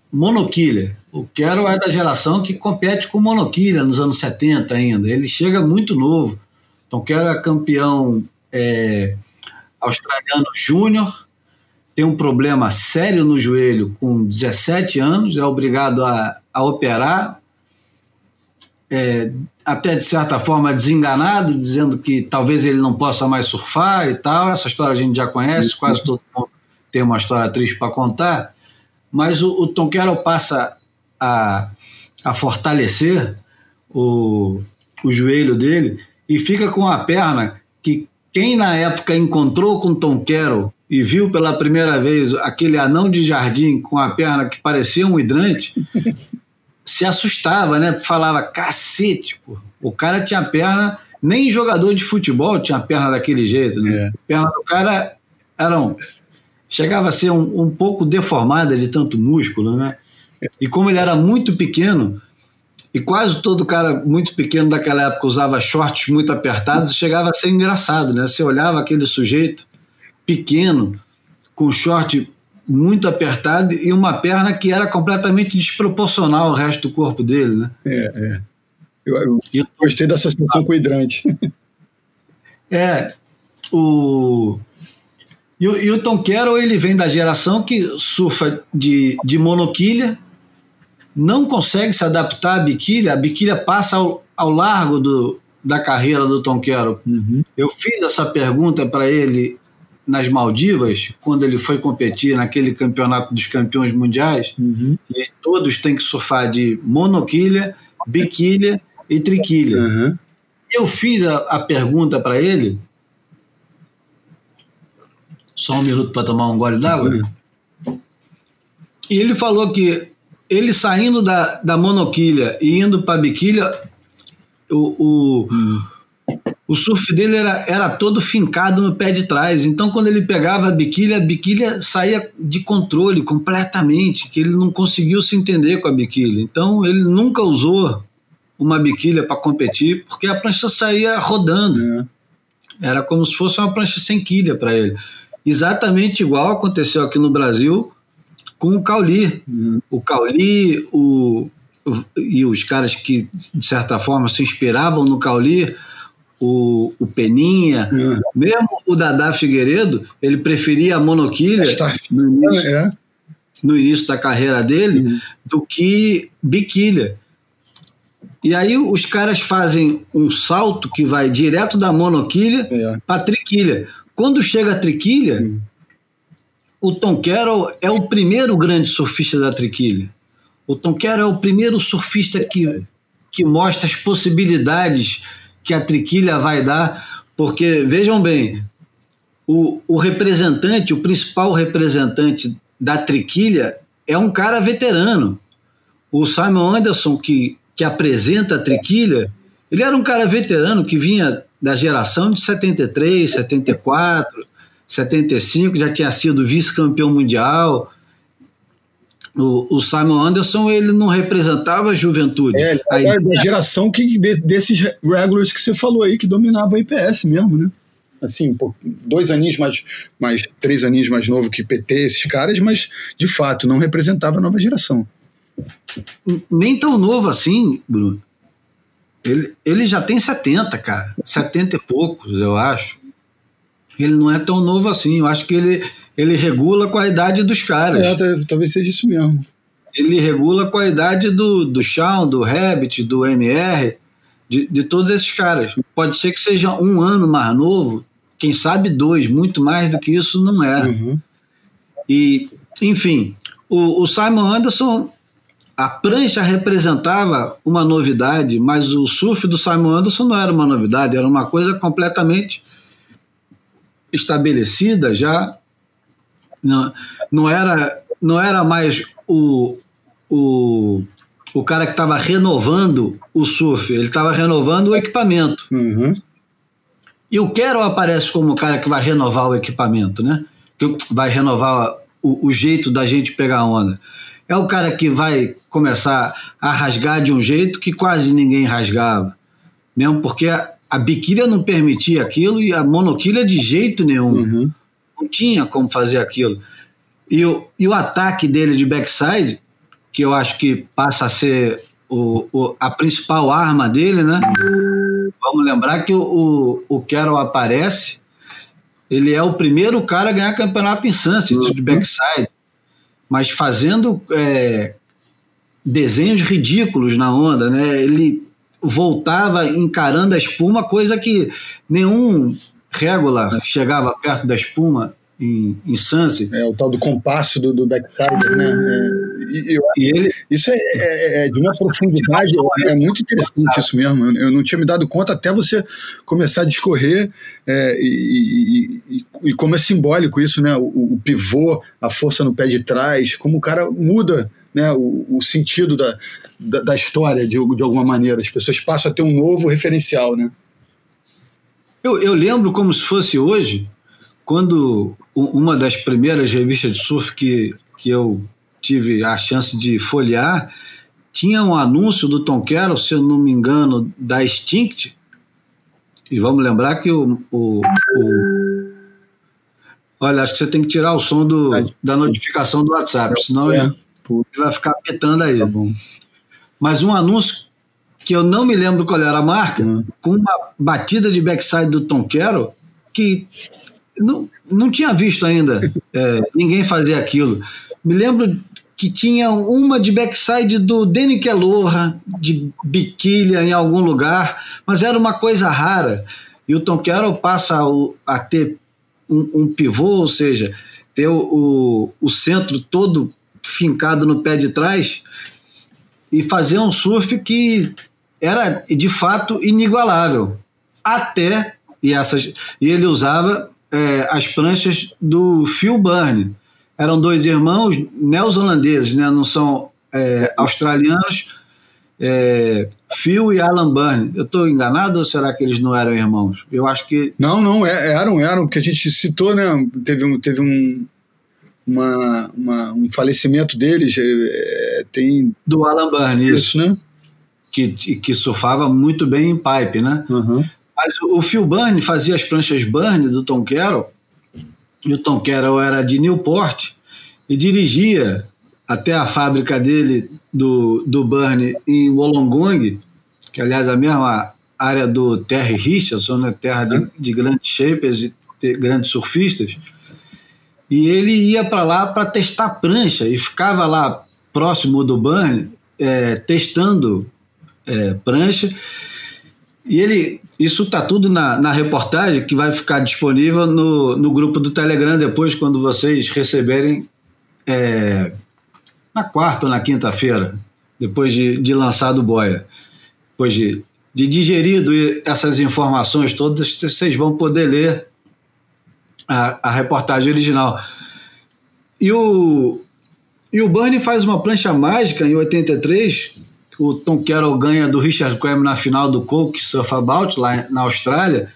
monoquilha. O Quero é da geração que compete com monoquilha nos anos setenta ainda. Ele chega muito novo. Então, Quero é campeão é, australiano júnior, tem um problema sério no joelho com dezessete anos, é obrigado a, a operar, é, até de certa forma desenganado, dizendo que talvez ele não possa mais surfar e tal. Essa história a gente já conhece, quase todo mundo tem uma história triste para contar, mas o, o Tom Carroll passa a, a fortalecer o, o joelho dele e fica com a perna que quem na época encontrou com o Tom Carroll e viu pela primeira vez aquele anão de jardim com a perna que parecia um hidrante, se assustava, né? Falava, cacete, pô. O cara tinha perna, nem jogador de futebol tinha perna daquele jeito, né? É. A perna do cara era um, chegava a ser um, um pouco deformada de tanto músculo, né? E como ele era muito pequeno, e quase todo cara muito pequeno daquela época usava shorts muito apertados, chegava a ser engraçado, né? Você olhava aquele sujeito pequeno, com short muito apertado e uma perna que era completamente desproporcional ao resto do corpo dele, né? É, é. Eu, eu, eu gostei da associação com o hidrante. É, o... E, o... e o Tom Carroll, ele vem da geração que surfa de, de monoquilha, não consegue se adaptar à biquilha, a biquilha passa ao, ao largo do, da carreira do Tom Carroll. Uhum. Eu fiz essa pergunta para ele nas Maldivas, quando ele foi competir naquele campeonato dos campeões mundiais, uhum. E todos têm que surfar de monoquilha, biquilha e triquilha. Uhum. Eu fiz a, a pergunta para ele, só um minuto para tomar um gole d'água, uhum. E ele falou que ele saindo da, da monoquilha e indo para a biquilha, o... o uhum. O surf dele era, era todo fincado no pé de trás. Então, quando ele pegava a biquilha, a biquilha saía de controle completamente, que ele não conseguiu se entender com a biquilha. Então, ele nunca usou uma biquilha para competir, porque a prancha saía rodando. É. Era como se fosse uma prancha sem quilha para ele. Exatamente igual aconteceu aqui no Brasil com o Cauli. Uhum. O Cauli o, o, e os caras que, de certa forma, se inspiravam no Cauli, O, o Peninha, uhum. Mesmo o Dadá Figueiredo, ele preferia a monoquilha no início, é. no início da carreira dele, uhum. do que biquilha. E aí os caras fazem um salto que vai direto da monoquilha é. para a triquilha. Quando chega a triquilha, uhum. o Tom Carroll é o primeiro grande surfista da triquilha. O Tom Carroll é o primeiro surfista que, que mostra as possibilidades que a triquilha vai dar, porque, vejam bem, o, o representante, o principal representante da triquilha é um cara veterano. O Simon Anderson, que, que apresenta a triquilha, ele era um cara veterano que vinha da geração de setenta e três, setenta e quatro, setenta e cinco, já tinha sido vice-campeão mundial. O, o Simon Anderson, ele não representava a juventude. É, a é da geração que, de, desses regulars que você falou aí, que dominava a I P S mesmo, né? Assim, pô, dois aninhos mais, mais, três aninhos mais novo que P T, esses caras, mas, de fato, não representava a nova geração. Nem tão novo assim, Bruno. Ele, ele já tem setenta, cara. setenta e poucos, eu acho. Ele não é tão novo assim. Eu acho que ele... Ele regula com a idade dos caras. É, talvez seja isso mesmo. Ele regula com a idade do, do Shawn, do Rabbit, do M R, de, de todos esses caras. Pode ser que seja um ano mais novo, quem sabe dois, muito mais do que isso não é. Uhum. E, enfim, o, o Simon Anderson, a prancha representava uma novidade, mas o surf do Simon Anderson não era uma novidade, era uma coisa completamente estabelecida já. Não, não, era, não era mais o, o, o cara que estava renovando o surf, ele estava renovando o equipamento. Uhum. E o Carroll aparece como o cara que vai renovar o equipamento, né? Que vai renovar o, o jeito da gente pegar onda. É o cara que vai começar a rasgar de um jeito que quase ninguém rasgava, mesmo porque a, a biquilha não permitia aquilo e a monoquilha de jeito nenhum. Uhum. Não tinha como fazer aquilo. E o, e o ataque dele de backside que eu acho que passa a ser o, o, a principal arma dele, né? Vamos lembrar que o, o, o Carroll aparece, ele é o primeiro cara a ganhar campeonato em Sunset, uhum. de backside, mas fazendo é, desenhos ridículos na onda, né? Ele voltava encarando a espuma, coisa que nenhum regular chegava perto da espuma em, em Sunset. É o tal do compasso do, do backsider, né? É, e, eu, e ele, isso é, é, é de uma profundidade, é muito interessante isso mesmo. Eu não tinha me dado conta até você começar a discorrer é, e, e, e, e como é simbólico isso, né? O, o pivô, a força no pé de trás, como o cara muda, né, o, o sentido da, da, da história de, de alguma maneira. As pessoas passam a ter um novo referencial, né? Eu, eu lembro como se fosse hoje, quando uma das primeiras revistas de surf que, que eu tive a chance de folhear, tinha um anúncio do Tom Carroll, se eu não me engano, da Extinct, e vamos lembrar que o, o, o olha, acho que você tem que tirar o som do, da notificação do WhatsApp, senão ele, ele vai ficar petando aí. Tá bom. Mas um anúncio que eu não me lembro qual era a marca, hum. com uma batida de backside do Tom Carroll, que não, não tinha visto ainda é, ninguém fazer aquilo. Me lembro que tinha uma de backside do Danny Kelloha, de biquília em algum lugar, mas era uma coisa rara. E o Tom Carroll passa a, a ter um, um pivô, ou seja, ter o, o, o centro todo fincado no pé de trás e fazer um surf que era, de fato, inigualável. Até, e, essas, e ele usava é, as pranchas do Phil Byrne. Eram dois irmãos neozelandeses, né? Não são é, australianos, é, Phil e Alan Byrne. Eu estou enganado ou será que eles não eram irmãos? Eu acho que... Não, não, é, eram, eram, porque a gente citou, né? Teve um... Teve um... Uma, uma, um falecimento deles, é, tem... Do Alan Byrne, isso. Isso, né? Que, que surfava muito bem em pipe, né? Uhum. Mas o Phil Byrne fazia as pranchas Byrne do Tom Carroll, e o Tom Carroll era de Newport, e dirigia até a fábrica dele, do, do Byrne, em Wollongong, que aliás é a mesma área do Terry Richardson, né? Terra de, de grandes shapers e grandes surfistas. E ele ia para lá para testar prancha e ficava lá próximo do Byrne, é, testando é, prancha. E ele, isso está tudo na, na reportagem que vai ficar disponível no, no grupo do Telegram depois, quando vocês receberem é, na quarta ou na quinta-feira, depois de, de lançar do Boia. Depois de, de digerido essas informações todas, vocês vão poder ler A, a reportagem original. E o, e o Byrne faz uma prancha mágica em oitenta e três, que o Tom Carroll ganha do Richard Cram na final do Coke Surf About, lá na Austrália,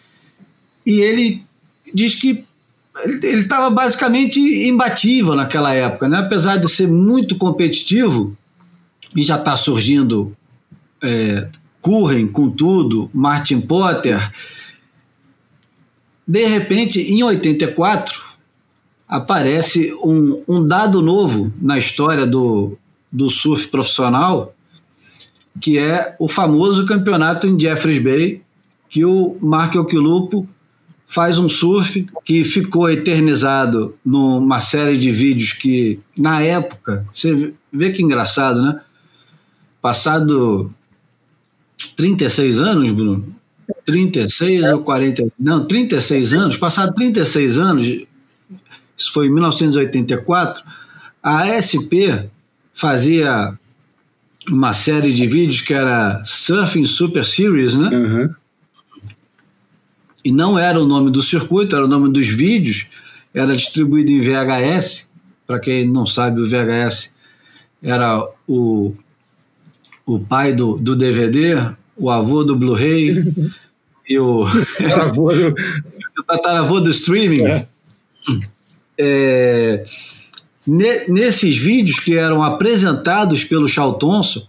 e ele diz que ele estava basicamente imbatível naquela época, né? Apesar de ser muito competitivo, e já está surgindo é, Curren com tudo, Martin Potter. De repente, em oitenta e quatro, aparece um, um dado novo na história do, do surf profissional, que é o famoso campeonato em Jeffreys Bay, que o Mark Occhilupo faz um surf que ficou eternizado numa série de vídeos que, na época, você vê que engraçado, né? Passado trinta e seis anos, Bruno, trinta e seis ou quarenta, não, trinta e seis anos, passado trinta e seis anos, isso foi em mil novecentos e oitenta e quatro, a A S P fazia uma série de vídeos que era Surfing Super Series, né? Uhum. E não era o nome do circuito, era o nome dos vídeos, era distribuído em V H S. Para quem não sabe, o V H S era o, o pai do, do D V D, o avô do Blu-ray e o, o tataravô do streaming. É. É, ne, nesses vídeos que eram apresentados pelo Charles Thompson,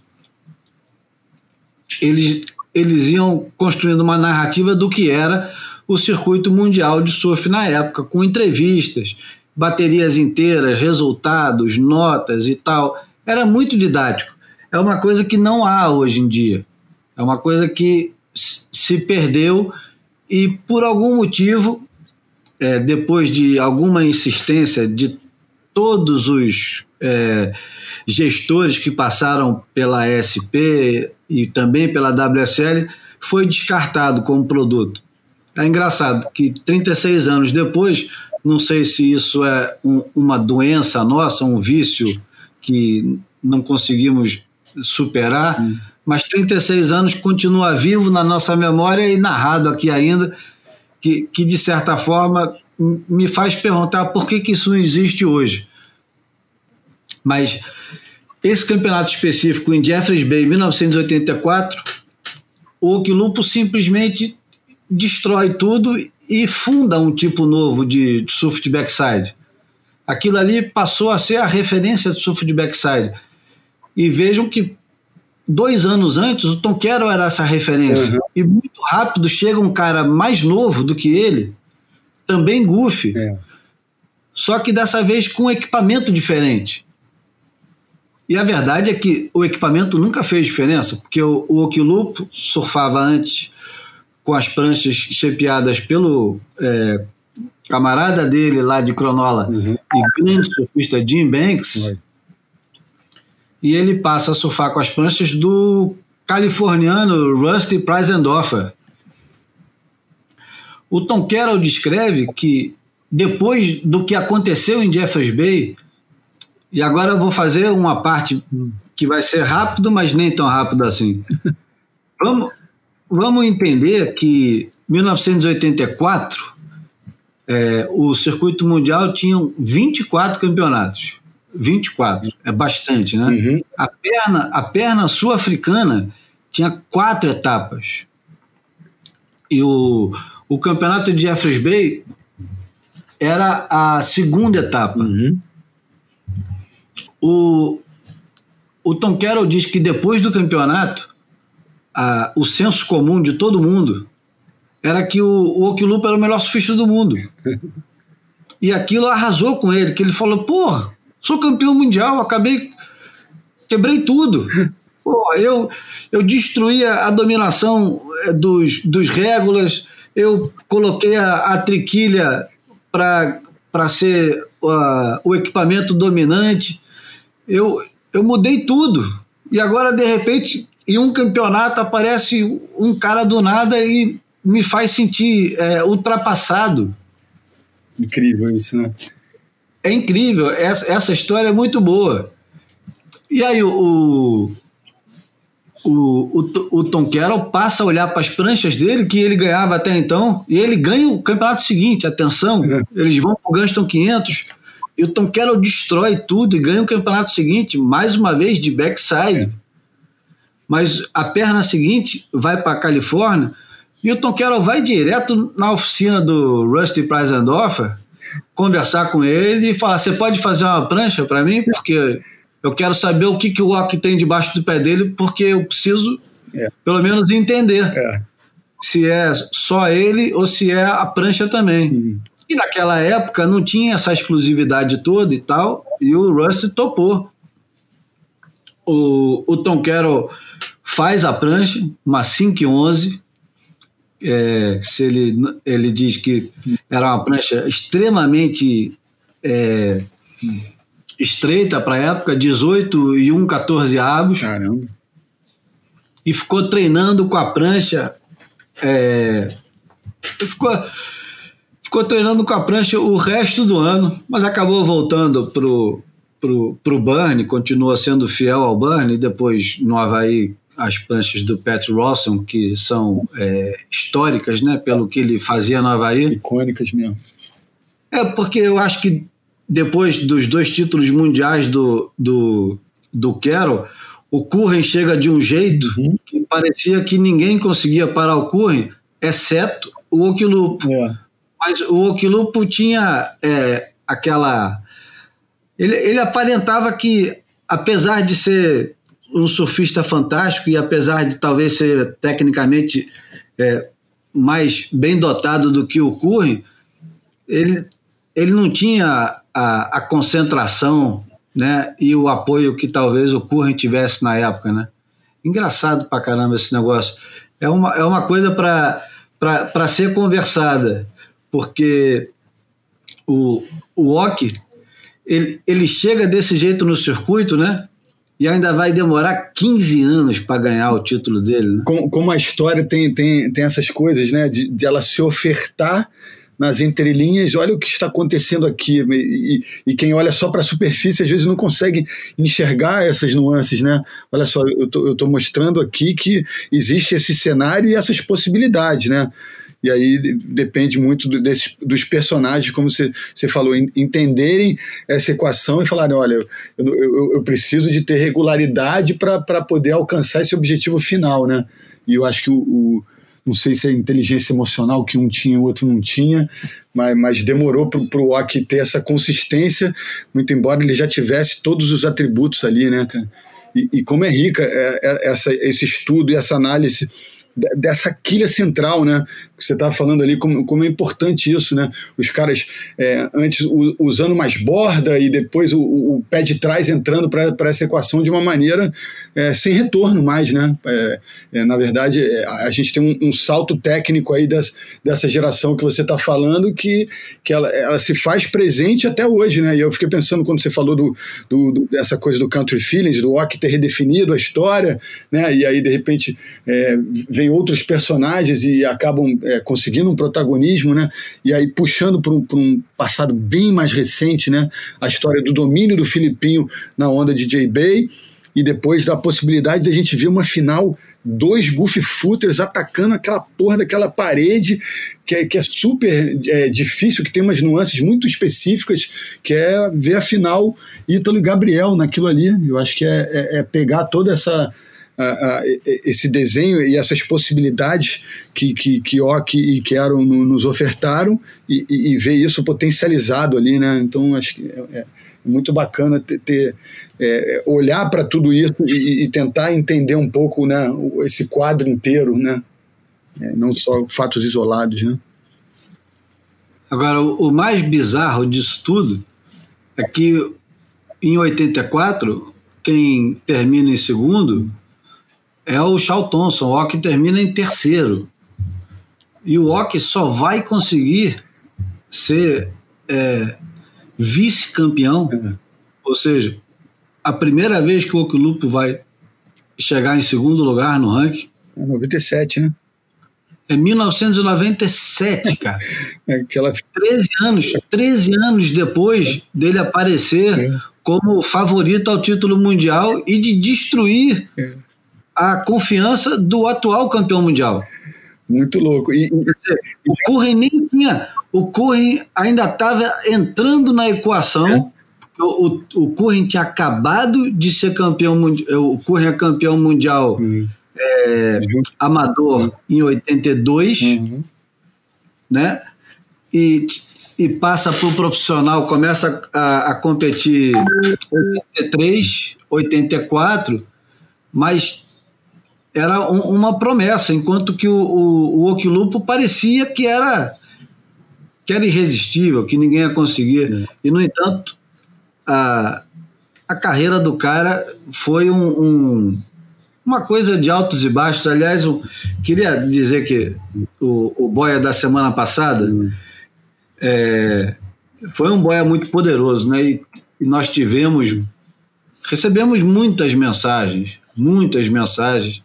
eles, eles iam construindo uma narrativa do que era o circuito mundial de surf na época, com entrevistas, baterias inteiras, resultados, notas e tal. era muito didático. É uma coisa que não há hoje em dia. É uma coisa que se perdeu e, por algum motivo, é, depois de alguma insistência de todos os é, gestores que passaram pela A S P e também pela W S L, foi descartado como produto. É engraçado que trinta e seis anos depois, não sei se isso é um, uma doença nossa, um vício que não conseguimos superar, hum. mas trinta e seis anos continua vivo na nossa memória e narrado aqui ainda, que, que de certa forma me faz perguntar por que, que isso não existe hoje. Mas esse campeonato específico em Jeffreys Bay, em mil novecentos e oitenta e quatro, o Okilupo simplesmente destrói tudo e funda um tipo novo de, de surf de backside. Aquilo ali passou a ser a referência de surf de backside. E vejam que dois anos antes o Tom Carroll era essa referência. Uhum. E muito rápido chega um cara mais novo do que ele, também goofy, é. Só que dessa vez com um equipamento diferente. E a verdade é que o equipamento nunca fez diferença, porque o, o Okilupo surfava antes com as pranchas shapeadas pelo é, camarada dele lá de Cronulla, uhum. e grande surfista Jim Banks, uhum. e ele passa a surfar com as pranchas do californiano Rusty Preisendorfer. O Tom Carroll descreve que depois do que aconteceu em Jeffreys Bay, e agora eu vou fazer uma parte que vai ser rápido, mas nem tão rápido assim. Vamos, vamos entender que em mil novecentos e oitenta e quatro é, o circuito mundial tinha vinte e quatro campeonatos. vinte e quatro, é bastante, né? Uhum. A perna, a perna sul-africana tinha quatro etapas. E o, o campeonato de Jeffreys Bay era a segunda etapa. Uhum. O, o Tom Carroll diz que depois do campeonato, a, o senso comum de todo mundo era que o, o Okilupo era o melhor surfista do mundo. E aquilo arrasou com ele, que ele falou, porra, sou campeão mundial, acabei, quebrei tudo. Porra, eu, eu destruí a, a dominação dos, dos régulas, eu coloquei a, a triquilha para ser uh, o equipamento dominante, eu, eu mudei tudo. E agora, de repente, em um campeonato aparece um cara do nada e me faz sentir é, ultrapassado. Incrível isso, né? É incrível, essa, essa história é muito boa. E aí o, o, o, o Tom Carroll passa a olhar para as pranchas dele, que ele ganhava até então, e ele ganha o campeonato seguinte, atenção, é. Eles vão para o Gunston quinhentos, e o Tom Carroll destrói tudo e ganha o campeonato seguinte, mais uma vez de backside. É. Mas a perna seguinte vai para a Califórnia, e o Tom Carroll vai direto na oficina do Rusty Preisendorfer conversar com ele e falar, você pode fazer uma prancha para mim? Porque eu quero saber o que, que o Oki tem debaixo do pé dele, porque eu preciso, é. pelo menos, entender é. se é só ele ou se é a prancha também. Uhum. E naquela época não tinha essa exclusividade toda e tal, e o Rusty topou. O, o Tom Carroll faz a prancha, uma cinco onze, é, se ele, ele diz que era uma prancha extremamente é, estreita para a época, dezoito e um quatorze avos. Caramba. E ficou treinando com a prancha, é, ficou, ficou treinando com a prancha o resto do ano, mas acabou voltando pro, pro, pro Burn, continua sendo fiel ao Burn, e depois no Havaí as pranchas do Pat Rawson, que são é, históricas, né, pelo que ele fazia no Havaí. Icônicas mesmo. É, porque eu acho que depois dos dois títulos mundiais do, do, do Carroll, o Curren chega de um jeito uhum. que parecia que ninguém conseguia parar o Curren, exceto o Okilupo. É. Mas o Okilupo tinha é, aquela... Ele, ele aparentava que, apesar de ser um surfista fantástico e apesar de talvez ser tecnicamente é, mais bem dotado do que o Curren, ele, ele não tinha a, a concentração né, e o apoio que talvez o Curren tivesse na época, né? Engraçado pra caramba esse negócio. É uma, é uma coisa para ser conversada, porque o, o Ock, ele, ele chega desse jeito no circuito, né? E ainda vai demorar quinze anos para ganhar o título dele, né? Como, como a história tem, tem, tem essas coisas, né? De, de ela se ofertar nas entrelinhas, olha o que está acontecendo aqui, e, e quem olha só para a superfície às vezes não consegue enxergar essas nuances, né? Olha só, eu tô, eu tô mostrando aqui que existe esse cenário e essas possibilidades, né? E aí depende muito do, desse, dos personagens, como você, você falou, entenderem essa equação e falarem, olha, eu, eu, eu preciso de ter regularidade para poder alcançar esse objetivo final, né? E eu acho que o, o não sei se é inteligência emocional que um tinha e o outro não tinha, mas, mas demorou para o Ock ter essa consistência, muito embora ele já tivesse todos os atributos ali, né, cara? E, e como é rica é, é, essa, esse estudo e essa análise dessa quilha central, né? Que você estava falando ali, como, como é importante isso, né? Os caras é, antes u, usando mais borda e depois o, o pé de trás entrando para essa equação de uma maneira é, sem retorno mais, né? É, é, na verdade, é, a gente tem um, um salto técnico aí dessa, dessa geração que você está falando que, que ela, ela se faz presente até hoje, né? E eu fiquei pensando quando você falou do, do, do, dessa coisa do Country Feelings, do Ock ter redefinido a história, né? E aí, de repente, é, vem outros personagens e acabam é, conseguindo um protagonismo, né? E aí puxando para um, um passado bem mais recente, né? A história do domínio do Filipinho na onda de J-Bay e depois da possibilidade de a gente ver uma final, dois Goofy Footers atacando aquela porra daquela parede que é, que é super é, difícil, que tem umas nuances muito específicas, que é ver a final Ítalo e Gabriel naquilo ali. Eu acho que é, é, é pegar toda essa A, a, esse desenho e essas possibilidades que, que, que Ock e Quero nos ofertaram e, e, e ver isso potencializado ali, né? Então acho que é, é muito bacana ter, ter é, olhar para tudo isso e, e tentar entender um pouco, né, esse quadro inteiro, né? É, não só fatos isolados, né? Agora, o, o mais bizarro disso tudo é que em oitenta e quatro quem termina em segundo é o Charles Thompson. O Ock termina em terceiro. E o Ock só vai conseguir ser é, vice-campeão, é. Ou seja, a primeira vez que o Okilupo vai chegar em segundo lugar no ranking é noventa e sete, né? É mil novecentos e noventa e sete, cara. É aquela... treze anos, treze anos depois dele aparecer é. como favorito ao título mundial e de destruir é. a confiança do atual campeão mundial. Muito louco. E, dizer, o Curren nem tinha. O Curren ainda estava entrando na equação. É. O, o Curren tinha acabado de ser campeão mundial. O Curren é campeão mundial hum. é, amador em oitenta e dois, uhum. né? E, e passa para o profissional, começa a, a competir em oitenta e três, oitenta e quatro, mas era um, uma promessa, enquanto que o, o, o Okilupo parecia que era, que era irresistível, que ninguém ia conseguir. É. E, no entanto, a, a carreira do cara foi um, um, uma coisa de altos e baixos. Aliás, eu queria dizer que o, o Boia da semana passada hum. é, foi um Boia muito poderoso, né? E, e nós tivemos, recebemos muitas mensagens, muitas mensagens,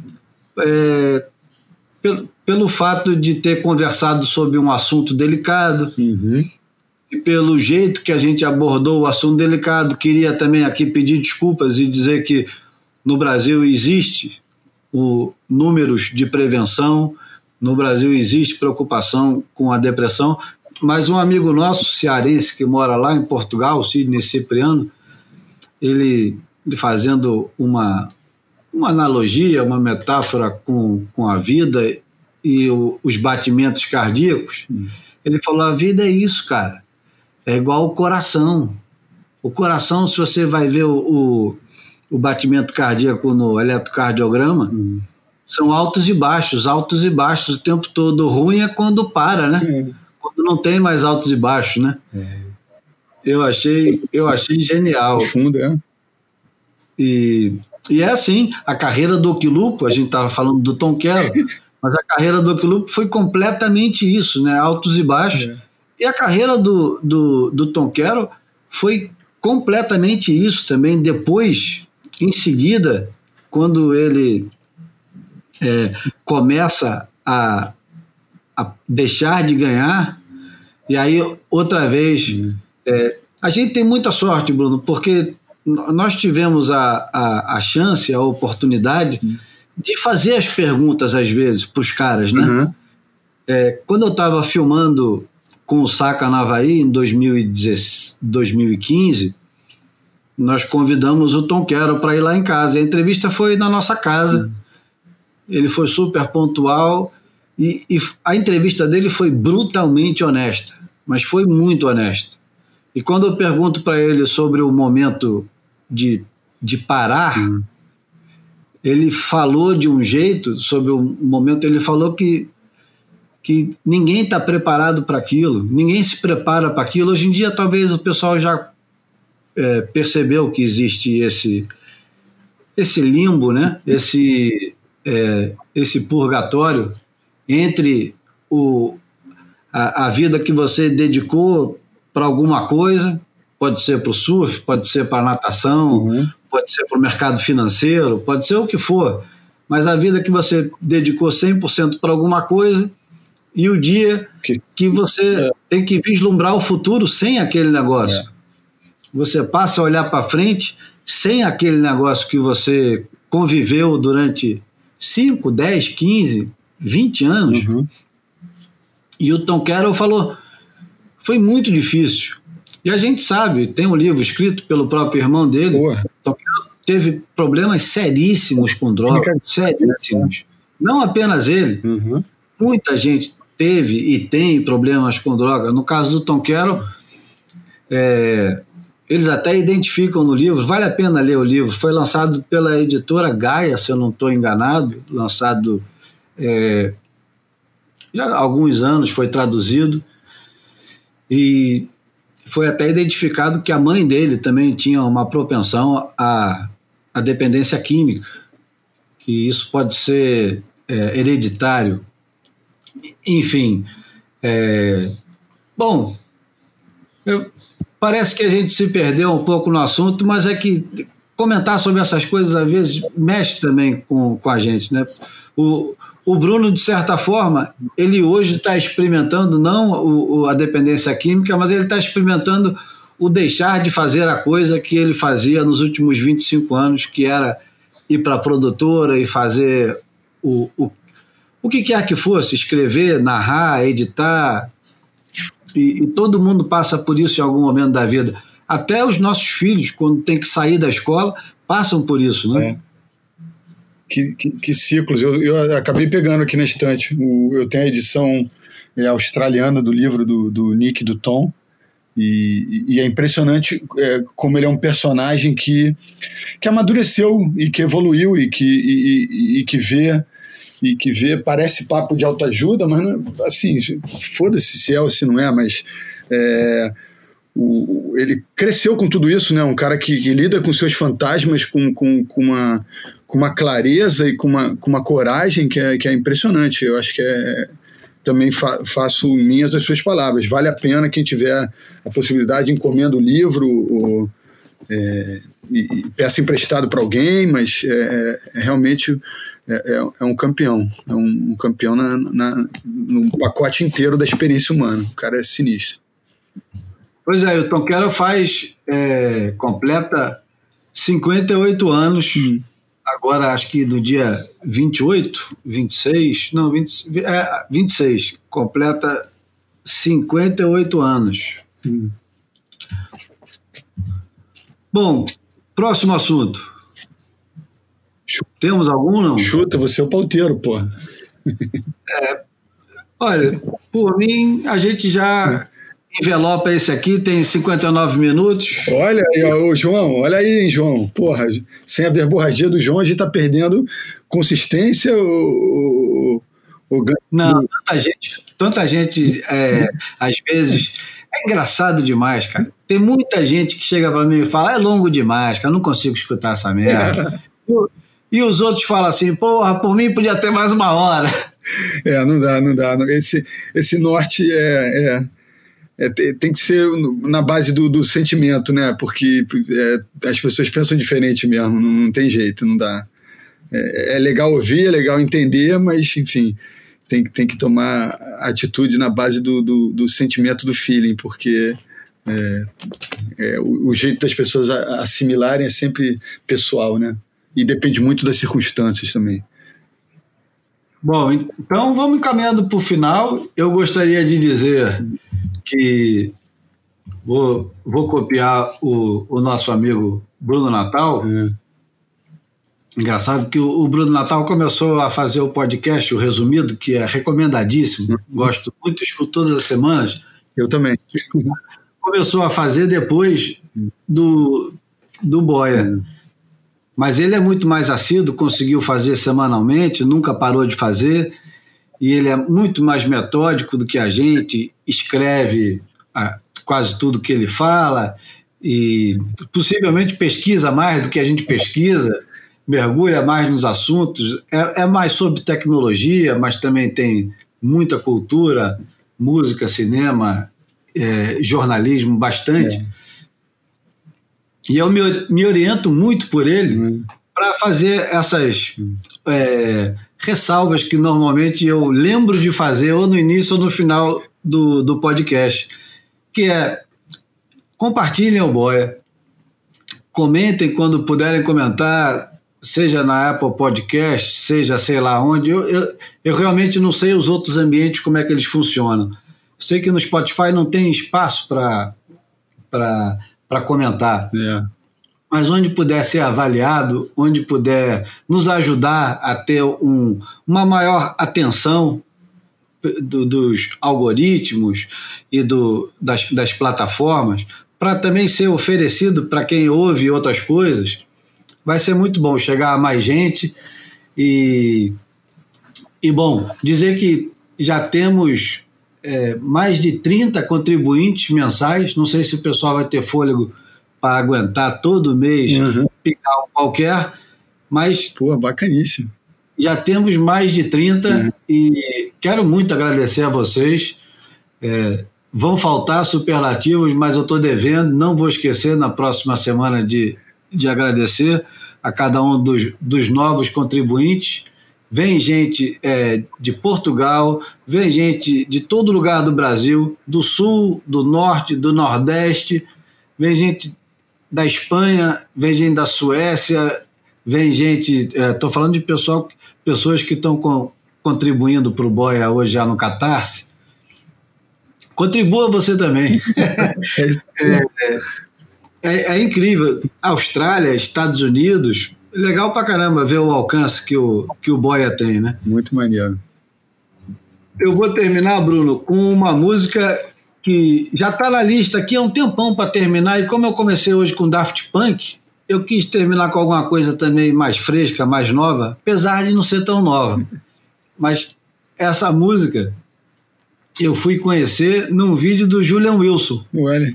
É, pelo, pelo fato de ter conversado sobre um assunto delicado uhum. e pelo jeito que a gente abordou o assunto delicado. Queria também aqui pedir desculpas e dizer que no Brasil existe o, números de prevenção, no Brasil existe preocupação com a depressão, mas um amigo nosso, cearense, que mora lá em Portugal, o Sidney Cipriano, ele, ele fazendo uma uma analogia, uma metáfora com, com a vida e o, os batimentos cardíacos, hum. ele falou, a vida é isso, cara, é igual o coração. O coração, se você vai ver o, o, o batimento cardíaco no eletrocardiograma, hum. são altos e baixos, altos e baixos o tempo todo. O ruim é quando para, né? Hum. Quando não tem mais altos e baixos, né? É. Eu achei, eu achei genial. Fundo, é. E, e é assim, a carreira do Oquilupo, a gente estava falando do Tom Quero, mas a carreira do Oquilupo foi completamente isso, né? Altos e baixos. É. E a carreira do, do, do Tom Quero foi completamente isso também. Depois, em seguida, quando ele é, começa a, a deixar de ganhar, e aí outra vez... Hum. É, a gente tem muita sorte, Bruno, porque nós tivemos a, a, a chance, a oportunidade hum. de fazer as perguntas, às vezes, para os caras, né? Uhum. É, quando eu estava filmando com o Saca no Havaí, em dois mil e quinze, nós convidamos o Tom Quero para ir lá em casa. A entrevista foi na nossa casa. Uhum. Ele foi super pontual e, e a entrevista dele foi brutalmente honesta, mas foi muito honesta. E quando eu pergunto para ele sobre o momento de, de parar, uhum. ele falou de um jeito, sobre o momento, ele falou que, que ninguém está preparado para aquilo, ninguém se prepara para aquilo. Hoje em dia, talvez o pessoal já é, percebeu que existe esse, esse limbo, né? esse, é, esse purgatório entre o, a, a vida que você dedicou para alguma coisa, pode ser para o surf, pode ser para a natação, uhum. pode ser para o mercado financeiro, pode ser o que for, mas a vida que você dedicou cem por cento para alguma coisa e o dia que, que você é. tem que vislumbrar o futuro sem aquele negócio. É. Você passa a olhar para frente sem aquele negócio que você conviveu durante cinco, dez, quinze, vinte anos. Uhum. E o Tom Quero falou... Foi muito difícil. E a gente sabe, tem um livro escrito pelo próprio irmão dele, Tom teve problemas seríssimos com droga, seríssimos. Não apenas ele, uhum. muita gente teve e tem problemas com droga. No caso do Tom Quero, é, eles até identificam no livro, vale a pena ler o livro, foi lançado pela editora Gaia, se eu não estou enganado, lançado é, já há alguns anos, foi traduzido. E foi até identificado que a mãe dele também tinha uma propensão à, à dependência química, que isso pode ser é, hereditário. Enfim, é, bom, eu, parece que a gente se perdeu um pouco no assunto, mas é que comentar sobre essas coisas às vezes mexe também com, com a gente, né? O, o Bruno, de certa forma, ele hoje está experimentando não o, o, a dependência química, mas ele está experimentando o deixar de fazer a coisa que ele fazia nos últimos vinte e cinco anos, que era ir para a produtora e fazer o, o, o que quer que fosse, escrever, narrar, editar, e, e todo mundo passa por isso em algum momento da vida. Até os nossos filhos, quando tem que sair da escola, passam por isso, né? É. Que, que, que ciclos. Eu, eu acabei pegando aqui na estante. O, eu tenho a edição é, australiana do livro do, do Nick e do Tom, e, e é impressionante é, como ele é um personagem que, que amadureceu e que evoluiu e que, e, e, e que vê e que vê, parece papo de autoajuda, mas não, assim, foda-se se é ou se não é, mas é, o, ele cresceu com tudo isso, né? Um cara que, que lida com seus fantasmas com, com, com uma com uma clareza e com uma, com uma coragem que é, que é impressionante. Eu acho que é, também fa, faço minhas as suas palavras. Vale a pena quem tiver a possibilidade, encomenda o livro ou, é, e, e peça emprestado para alguém, mas é, é realmente é, é um campeão. É um, um campeão na, na, no pacote inteiro da experiência humana. O cara é sinistro. Pois é, o Tom Quero faz, é, completa cinquenta e oito anos... Hum. Agora, acho que do dia vinte e oito, vinte e seis, não, vinte, é, vinte e seis, completa cinquenta e oito anos. Hum. Bom, próximo assunto. Chuta. Temos algum, não? Chuta, você é o pauteiro, pô. É, olha, por mim, a gente já... envelopa esse aqui, tem cinquenta e nove minutos. Olha aí, ó, João, olha aí, hein, João. Porra, sem a verborragia do João, a gente tá perdendo consistência. O, o, o... Não, tanta gente, tanta gente é, às vezes. engraçado demais, cara. Tem muita gente que chega pra mim e fala, é longo demais, cara, eu não consigo escutar essa merda. E os outros falam assim, porra, por mim podia ter mais uma hora. É, não dá, não dá. Esse, esse norte é, é, é, tem que ser na base do, do sentimento, né? Porque é, as pessoas pensam diferente mesmo, não, não tem jeito, não dá. É, é legal ouvir, é legal entender, mas, enfim, tem, tem que tomar atitude na base do, do, do sentimento, do feeling, porque é, é, o, o jeito das pessoas assimilarem é sempre pessoal, né? E depende muito das circunstâncias também. Bom, então vamos encaminhando para o final. Eu gostaria de dizer que vou, vou copiar o, o nosso amigo Bruno Natal. É. Engraçado que o, o Bruno Natal começou a fazer o podcast, o Resumido, que é recomendadíssimo. Gosto muito, escuto todas as semanas. Eu também. Começou a fazer depois do, do Boia. É. Mas ele é muito mais assíduo, conseguiu fazer semanalmente, nunca parou de fazer, e ele é muito mais metódico do que a gente, escreve ah, quase tudo que ele fala, e possivelmente pesquisa mais do que a gente pesquisa, mergulha mais nos assuntos, é, é mais sobre tecnologia, mas também tem muita cultura, música, cinema, é, jornalismo, bastante. É. E eu me, me oriento muito por ele uhum. para fazer essas é, ressalvas que normalmente eu lembro de fazer ou no início ou no final do, do podcast, que é compartilhem o Boia, comentem quando puderem comentar, seja na Apple Podcast, seja sei lá onde. Eu, eu, eu realmente não sei os outros ambientes como é que eles funcionam. Eu sei que no Spotify não tem espaço para para para comentar. Yeah. Mas onde puder ser avaliado, onde puder nos ajudar a ter um, uma maior atenção do, dos algoritmos e do, das, das plataformas, para também ser oferecido para quem ouve outras coisas, vai ser muito bom chegar a mais gente e, e bom, dizer que já temos É, mais de trinta contribuintes mensais, não sei se o pessoal vai ter fôlego para aguentar todo mês, uhum. picar um qualquer, mas... Pô, bacaníssimo. Já temos mais de trinta uhum. e quero muito agradecer a vocês. É, vão faltar superlativos, mas eu estou devendo, não vou esquecer na próxima semana de, de agradecer a cada um dos, dos novos contribuintes. Vem gente é, de Portugal, vem gente de todo lugar do Brasil, do Sul, do Norte, do Nordeste, vem gente da Espanha, vem gente da Suécia, vem gente... Estou é, falando de pessoal, pessoas que estão com, contribuindo para o Boia hoje já no Catarse. Contribua você também. é, é, é incrível. Austrália, Estados Unidos... Legal pra caramba ver o alcance que o, que o Boia tem, né? Muito maneiro. Eu vou terminar, Bruno, com uma música que já tá na lista aqui há um tempão para terminar, e como eu comecei hoje com Daft Punk, eu quis terminar com alguma coisa também mais fresca, mais nova, apesar de não ser tão nova. Mas essa música eu fui conhecer num vídeo do Julian Wilson. Ué.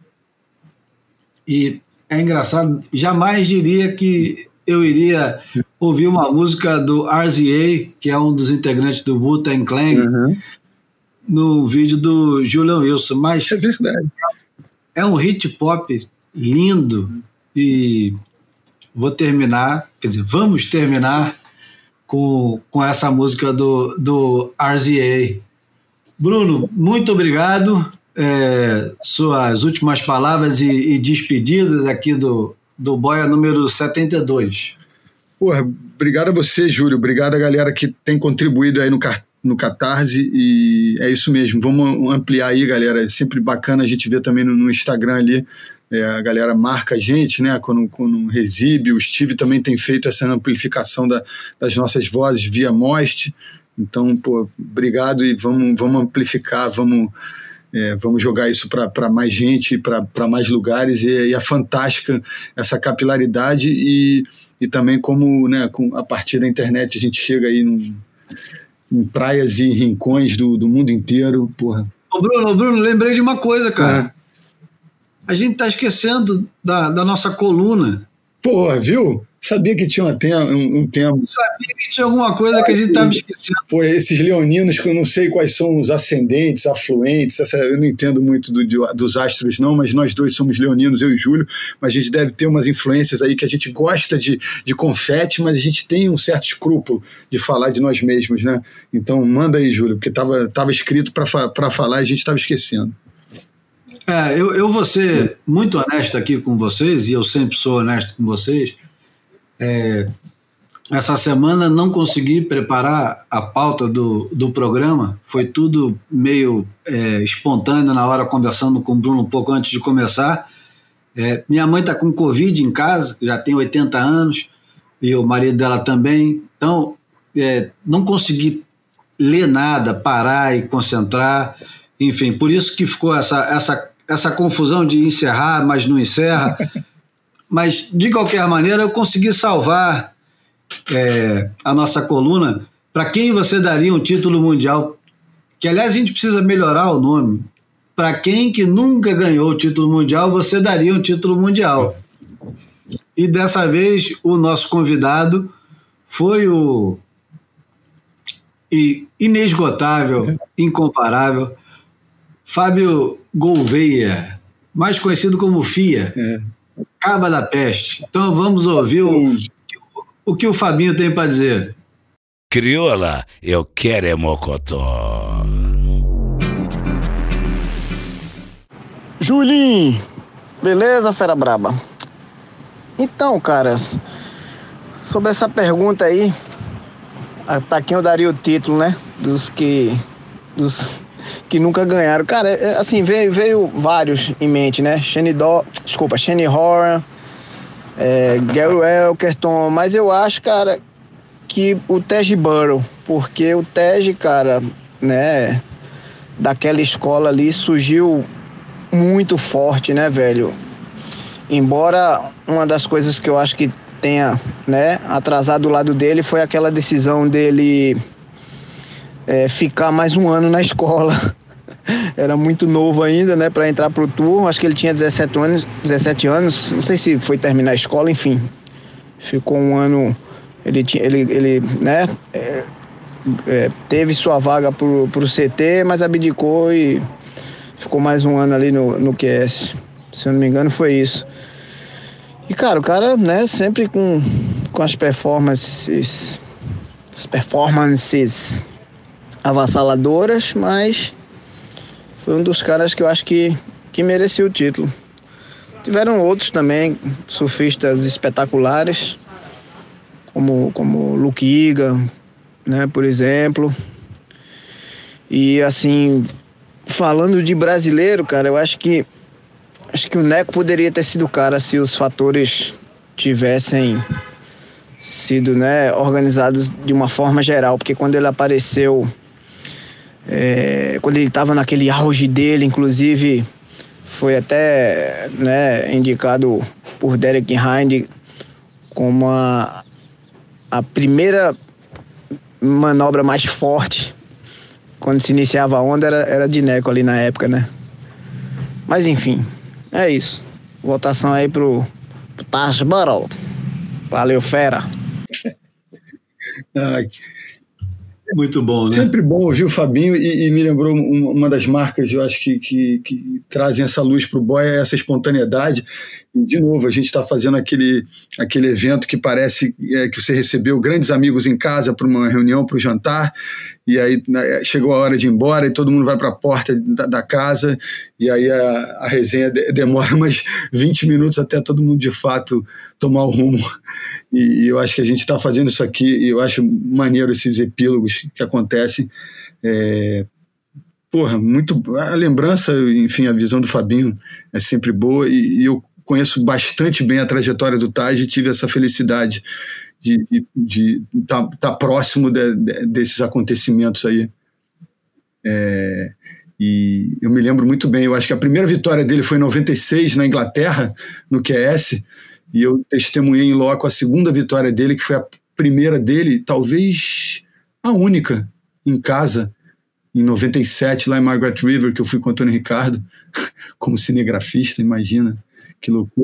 E é engraçado, jamais diria que eu iria ouvir uma música do R Z A, que é um dos integrantes do Wu-Tang Clan, uhum. no vídeo do Julian Wilson. Mas é verdade. É um hit pop lindo e vou terminar, quer dizer, vamos terminar com, com essa música do, do R Z A. Bruno, muito obrigado. É, suas últimas palavras e, e despedidas aqui do do Boia número setenta e dois. Porra, obrigado a você, Júlio. Obrigado a galera que tem contribuído aí no, no Catarse. E é isso mesmo. Vamos ampliar aí, galera. É sempre bacana a gente ver também no, no Instagram ali. É, a galera marca a gente, né? Quando, quando recibe. O Steve também tem feito essa amplificação da, das nossas vozes via Most. Então, pô, obrigado e vamos, vamos amplificar, vamos... É, vamos jogar isso para mais gente, para mais lugares, e, e é fantástica essa capilaridade e, e também como, né, com, a partir da internet a gente chega aí num, em praias e rincões do, do mundo inteiro. Porra, Ô Bruno, ô Bruno, lembrei de uma coisa, cara. É. A gente tá esquecendo da, da nossa coluna. Pô, viu? Sabia que tinha um tema. Um, um tema. Sabia que tinha alguma coisa que a gente estava esquecendo. Pô, esses leoninos que eu não sei quais são os ascendentes, afluentes, essa, eu não entendo muito do, de, dos astros não, mas nós dois somos leoninos, eu e Júlio, mas a gente deve ter umas influências aí que a gente gosta de, de confete, mas a gente tem um certo escrúpulo de falar de nós mesmos, né? Então manda aí, Júlio, porque estava tava escrito para falar e a gente estava esquecendo. É, eu, eu vou ser muito honesto aqui com vocês, e eu sempre sou honesto com vocês. É, essa semana não consegui preparar a pauta do, do programa, foi tudo meio é, espontâneo na hora, conversando com o Bruno um pouco antes de começar. É, minha mãe está com Covid em casa, já tem oitenta anos, e o marido dela também, então é, não consegui ler nada, parar e concentrar, enfim, por isso que ficou essa, essa, essa confusão de encerrar, mas não encerra. Mas, de qualquer maneira, eu consegui salvar é, a nossa coluna. Para quem você daria um título mundial? Que, aliás, a gente precisa melhorar o nome. Para quem que nunca ganhou o título mundial, você daria um título mundial. E, dessa vez, o nosso convidado foi o inesgotável, incomparável, Fábio Gouveia, mais conhecido como Fia. É. Caba da Peste. Então vamos ouvir o, o que o Fabinho tem para dizer. Crioula, eu quero é mocotó. Julinho, beleza, fera braba? Então, cara, sobre essa pergunta aí, para quem eu daria o título, né? Dos que, dos que nunca ganharam. Cara, assim, veio, veio vários em mente, né? Shane Do... Desculpa, Shane Horan, é, Gary Elkerton, mas eu acho, cara, que o Tej Burrow, porque o Tej, cara, né, daquela escola ali surgiu muito forte, né, velho? Embora uma das coisas que eu acho que tenha, né, atrasado do lado dele foi aquela decisão dele é, ficar mais um ano na escola. Era muito novo ainda, né, para entrar pro tour. Acho que ele tinha dezessete anos, dezessete anos, não sei se foi terminar a escola, enfim. Ficou um ano, ele tinha, ele, ele, né, é, é, teve sua vaga pro, pro C T, mas abdicou e ficou mais um ano ali no, no Q S. Se eu não me engano, foi isso. E, cara, o cara, né, sempre com, com as performances, as performances avassaladoras, mas foi um dos caras que eu acho que, que merecia o título. Tiveram outros também, surfistas espetaculares, como, como Luke Egan, né, por exemplo. E, assim, falando de brasileiro, cara, eu acho que acho que o Neco poderia ter sido o cara se os fatores tivessem sido, né, organizados de uma forma geral, porque quando ele apareceu, é, quando ele estava naquele auge dele, inclusive foi até, né, indicado por Derek Hind como a, a primeira manobra mais forte quando se iniciava a onda, era, era de Neco ali na época, né? Mas enfim, é isso. Votação aí pro, pro Taj Burrow. Valeu, fera. Ai, muito bom, né? Sempre bom ouvir o Fabinho e, e me lembrou uma das marcas, eu acho que, que, que trazem essa luz pro boy, é essa espontaneidade. De novo, a gente está fazendo aquele, aquele evento que parece é, que você recebeu grandes amigos em casa para uma reunião, para o jantar, e aí né, chegou a hora de ir embora e todo mundo vai para a porta da, da casa, e aí a, a resenha de, demora mais vinte minutos até todo mundo de fato tomar o rumo. E, e eu acho que a gente está fazendo isso aqui, e eu acho maneiro esses epílogos que acontecem. É, porra, muito. A lembrança, enfim, a visão do Fabinho é sempre boa, e, e eu conheço bastante bem a trajetória do Taj e tive essa felicidade de estar tá, tá próximo de, de, desses acontecimentos aí. É, e eu me lembro muito bem, eu acho que a primeira vitória dele foi em noventa e seis, na Inglaterra, no Q S, e eu testemunhei em loco a segunda vitória dele, que foi a primeira dele, talvez a única, em casa, em noventa e sete, lá em Margaret River, que eu fui com o Antônio Ricardo, como cinegrafista, imagina, que loucura.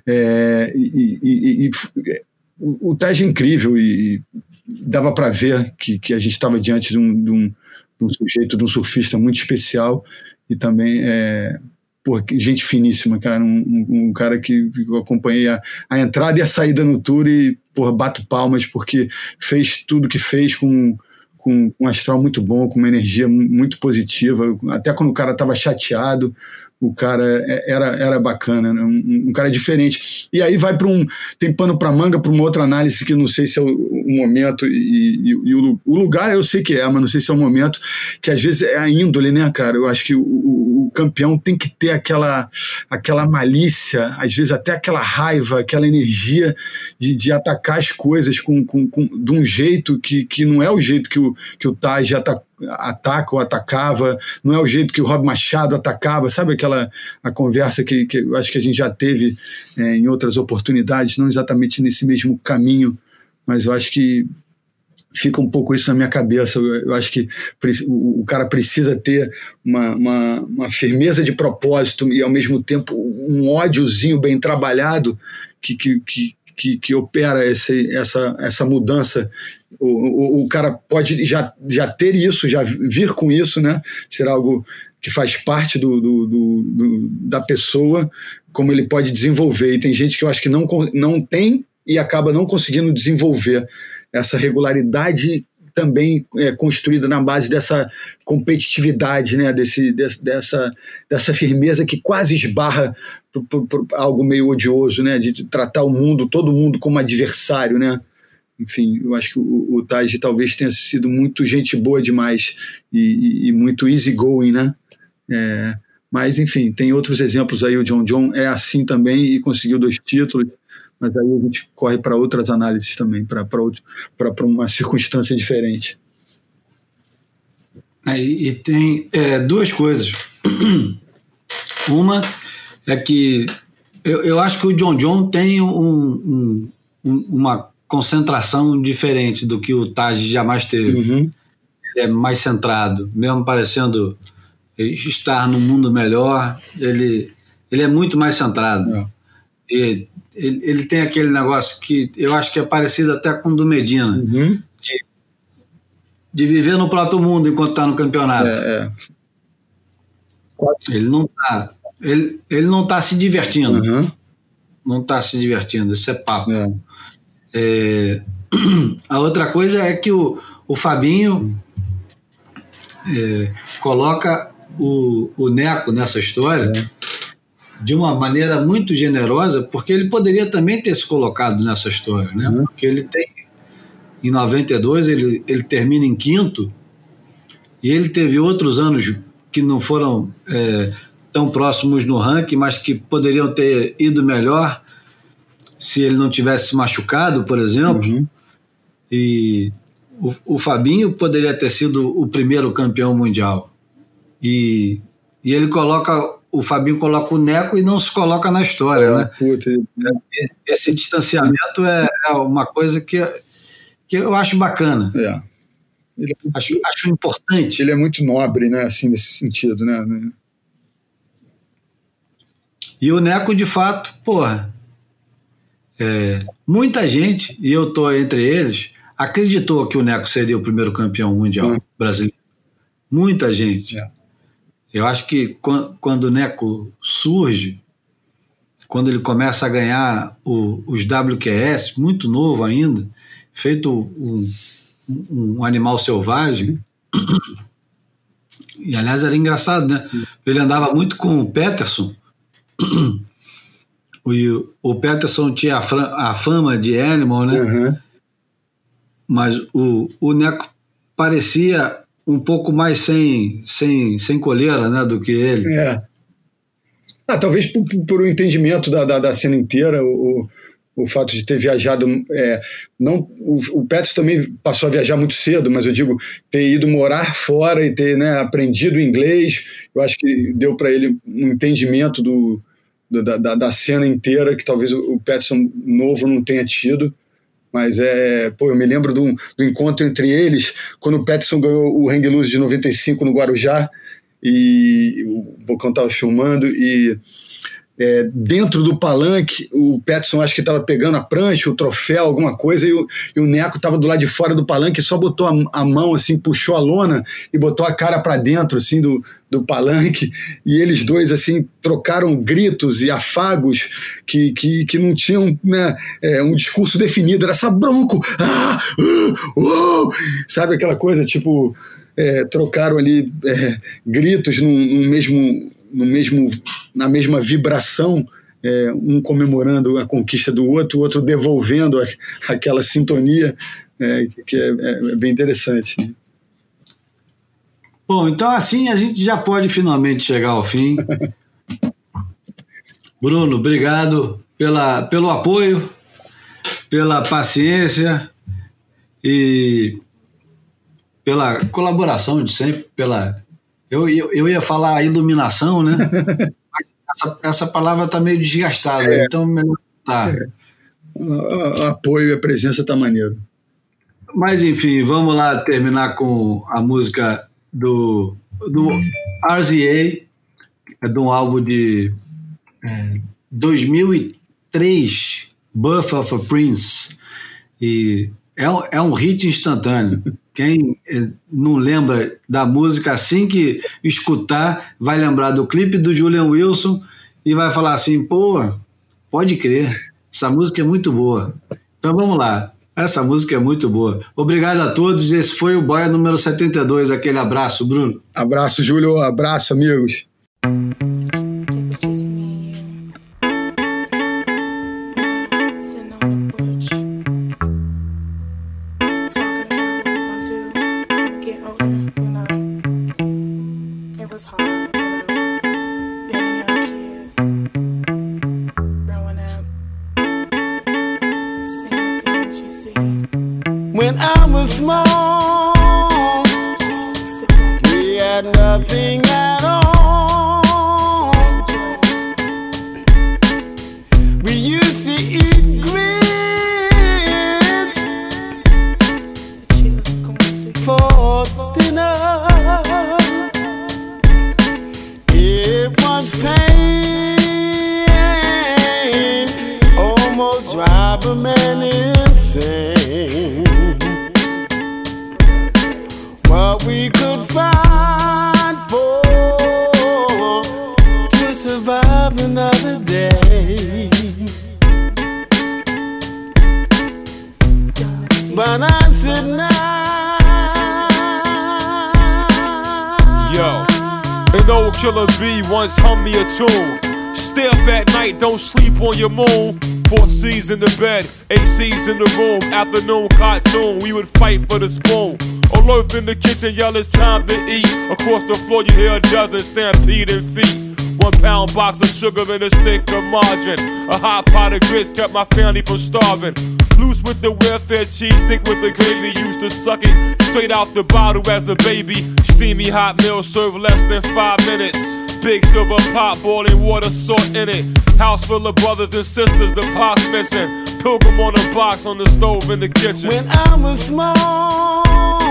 É, e, e, e, e o, o Taj é incrível, e dava para ver que, que a gente estava diante de um, de, um, de um sujeito, de um surfista muito especial, e também é, porra, gente finíssima, cara, um, um, um cara que eu acompanhei a, a entrada e a saída no tour, e porra, bato palmas, porque fez tudo que fez com com um astral muito bom, com uma energia muito positiva, até quando o cara estava chateado, o cara era, era bacana, né? um, um cara diferente. E aí vai para um, tem pano para manga para uma outra análise que eu não sei se é o, o momento, e, e, e o, o lugar eu sei que é, mas não sei se é o momento, que às vezes é a índole, né, cara? Eu acho que o, o, o campeão tem que ter aquela, aquela malícia, às vezes até aquela raiva, aquela energia de, de atacar as coisas com, com, com, de um jeito que, que não é o jeito que o, que o Taj ataca, ataca ou atacava, não é o jeito que o Rob Machado atacava, sabe aquela a conversa que, que eu acho que a gente já teve é, em outras oportunidades, não exatamente nesse mesmo caminho, mas eu acho que fica um pouco isso na minha cabeça. Eu, eu acho que o, o cara precisa ter uma, uma, uma firmeza de propósito e ao mesmo tempo um ódiozinho bem trabalhado que, que, que Que, que opera esse, essa, essa mudança. O, o, o cara pode já, já ter isso, já vir com isso, né? Ser algo que faz parte do, do, do, do, da pessoa, como ele pode desenvolver. E tem gente que eu acho que não, não tem e acaba não conseguindo desenvolver essa regularidade também é, construída na base dessa competitividade, né? Desse, desse, dessa, dessa firmeza que quase esbarra por, por, por algo meio odioso, né? De tratar o mundo, todo mundo como adversário, né? Enfim, eu acho que o, o Taj talvez tenha sido muito gente boa demais e, e, e muito easygoing, né? É, mas, enfim, tem outros exemplos aí. O John John é assim também e conseguiu dois títulos, mas aí a gente corre para outras análises também, para uma circunstância diferente. É, e tem é, duas coisas. Uma é que eu, eu acho que o John John tem um, um, uma concentração diferente do que o Taj jamais teve. Uhum. Ele é mais centrado, mesmo parecendo estar num mundo melhor, ele, ele é muito mais centrado. É. E, Ele, ele tem aquele negócio que eu acho que é parecido até com o do Medina, uhum. de, de viver no próprio mundo enquanto está no campeonato. É, é. Ele não está ele, ele não tá se divertindo. Uhum. Não está se divertindo, isso é papo. É. É, a outra coisa é que o, o Fabinho é, coloca o, o Neco nessa história é. de uma maneira muito generosa, porque ele poderia também ter se colocado nessa história, né? Uhum. Porque ele tem, em noventa e dois, ele, ele termina em quinto, e ele teve outros anos que não foram é, tão próximos no ranking, mas que poderiam ter ido melhor se ele não tivesse se machucado, por exemplo. Uhum. E o, o Fabinho poderia ter sido o primeiro campeão mundial. E, e ele coloca... O Fabinho coloca o Neco e não se coloca na história, oh, né? Puta. Esse distanciamento é, é uma coisa que, que eu acho bacana. É. Ele, acho, acho importante. Ele é muito nobre, né? Assim, nesse sentido, né? E o Neco, de fato, porra, é, muita gente, e eu tô entre eles, acreditou que o Neco seria o primeiro campeão mundial é. brasileiro. Muita gente. É. Eu acho que quando o Neco surge, quando ele começa a ganhar o, os W Q S, muito novo ainda, feito um, um animal selvagem, e aliás era engraçado, né? Ele andava muito com o Peterson, o, o Peterson tinha a, a fama de animal, né? Uhum. Mas o, o Neco parecia um pouco mais sem, sem, sem coleira, né, do que ele. É. Ah, talvez por, por um entendimento da, da, da cena inteira, o, o fato de ter viajado... É, não, o, o Petros também passou a viajar muito cedo, mas eu digo, ter ido morar fora e ter, né, aprendido inglês, eu acho que deu para ele um entendimento do, do, da, da cena inteira que talvez o Petros novo não tenha tido. Mas é, pô, eu me lembro do, do encontro entre eles, quando o Peterson ganhou o Hang Loose de noventa e cinco no Guarujá, e o Bocão estava filmando, e é, dentro do palanque, o Peterson acho que estava pegando a prancha, o troféu, alguma coisa, e o, e o Neco estava do lado de fora do palanque e só botou a, a mão, assim, puxou a lona e botou a cara para dentro, assim, do, do palanque, e eles dois, assim, trocaram gritos e afagos que, que, que não tinham, né, é, um discurso definido, era Sabronco, ah, uh, uh, sabe aquela coisa, tipo, é, trocaram ali é, gritos no, no mesmo... No mesmo, na mesma vibração, é, um comemorando a conquista do outro, o outro devolvendo a, aquela sintonia, é, que é, é bem interessante. Né? Bom, então assim a gente já pode finalmente chegar ao fim. Bruno, obrigado pela, pelo apoio, pela paciência e pela colaboração de sempre, pela... Eu, eu, eu ia falar iluminação, né? Mas essa, essa palavra está meio desgastada, é. Então melhor tá. É. O, o apoio e a presença tá maneiro. Mas enfim, vamos lá terminar com a música do, do R Z A, é de um álbum de é, dois mil e três, Birth of a Prince, e é, é um hit instantâneo. Quem não lembra da música, assim que escutar, vai lembrar do clipe do Julian Wilson e vai falar assim, pô, pode crer, essa música é muito boa. Então vamos lá, essa música é muito boa. Obrigado a todos, esse foi o Boia número setenta e dois, aquele abraço, Bruno. Abraço, Júlio, abraço, amigos. When I was small, we had nothing at all. We used to eat grits for dinner. It was pain, almost drive a man insane. What we could find for to survive another day. But I said now, yo, an old Killer B once hummed me a tune. Stay up at night, don't sleep on your moon. Four C's in the bed, eight C's in the room. Afternoon cartoon, we would fight for the spoon. Alert in the kitchen, yell it's time to eat. Across the floor you hear a dozen stampeding feet. One pound box of sugar and a stick of margarine. A hot pot of grits kept my family from starving. Loose with the welfare cheese, thick with the gravy. Used to suck it straight out the bottle as a baby. Steamy hot meal served less than five minutes. Big silver pot, boiling water, salt in it. House full of brothers and sisters, the pot's missing. Pilgrim on a box on the stove in the kitchen. When I was small,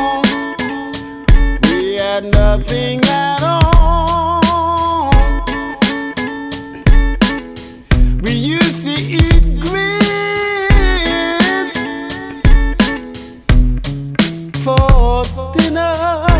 we had nothing at all. We used to eat grits for dinner.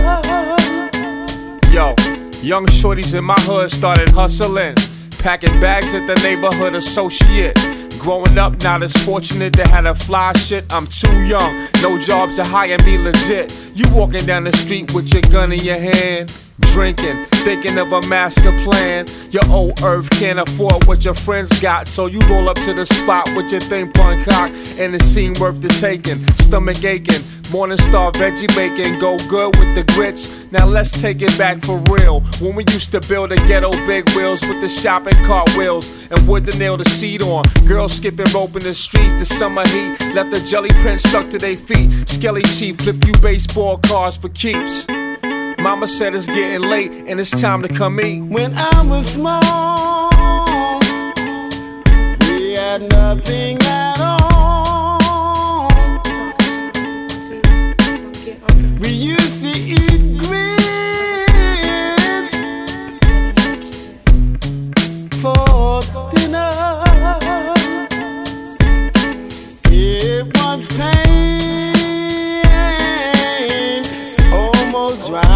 Yo, young shorties in my hood started hustling, packing bags at the neighborhood associate. Growing up, not as fortunate to have a fly shit. I'm too young, no job to hire me legit. You walking down the street with your gun in your hand, drinking, thinking of a master plan. Your old earth can't afford what your friends got, so you roll up to the spot with your thing punk cock, and it seemed worth the taking. Stomach aching, Morning Star veggie bacon, go good with the grits. Now let's take it back for real. When we used to build a ghetto big wheels with the shopping cart wheels and wood to nail the seat on. Girls skipping rope in the streets, the summer heat left the jelly print stuck to their feet. Skelly cheap, flip you baseball cards for keeps. Mama said it's getting late and it's time to come eat. When I was small, we had nothing at all.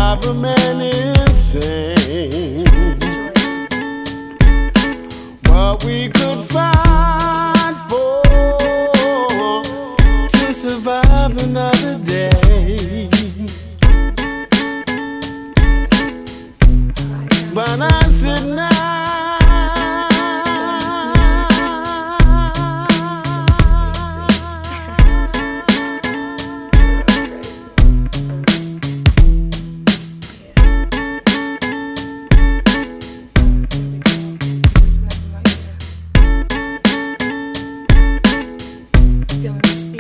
drive a man insane. What we could fight for to survive another day. But I said now, Feeling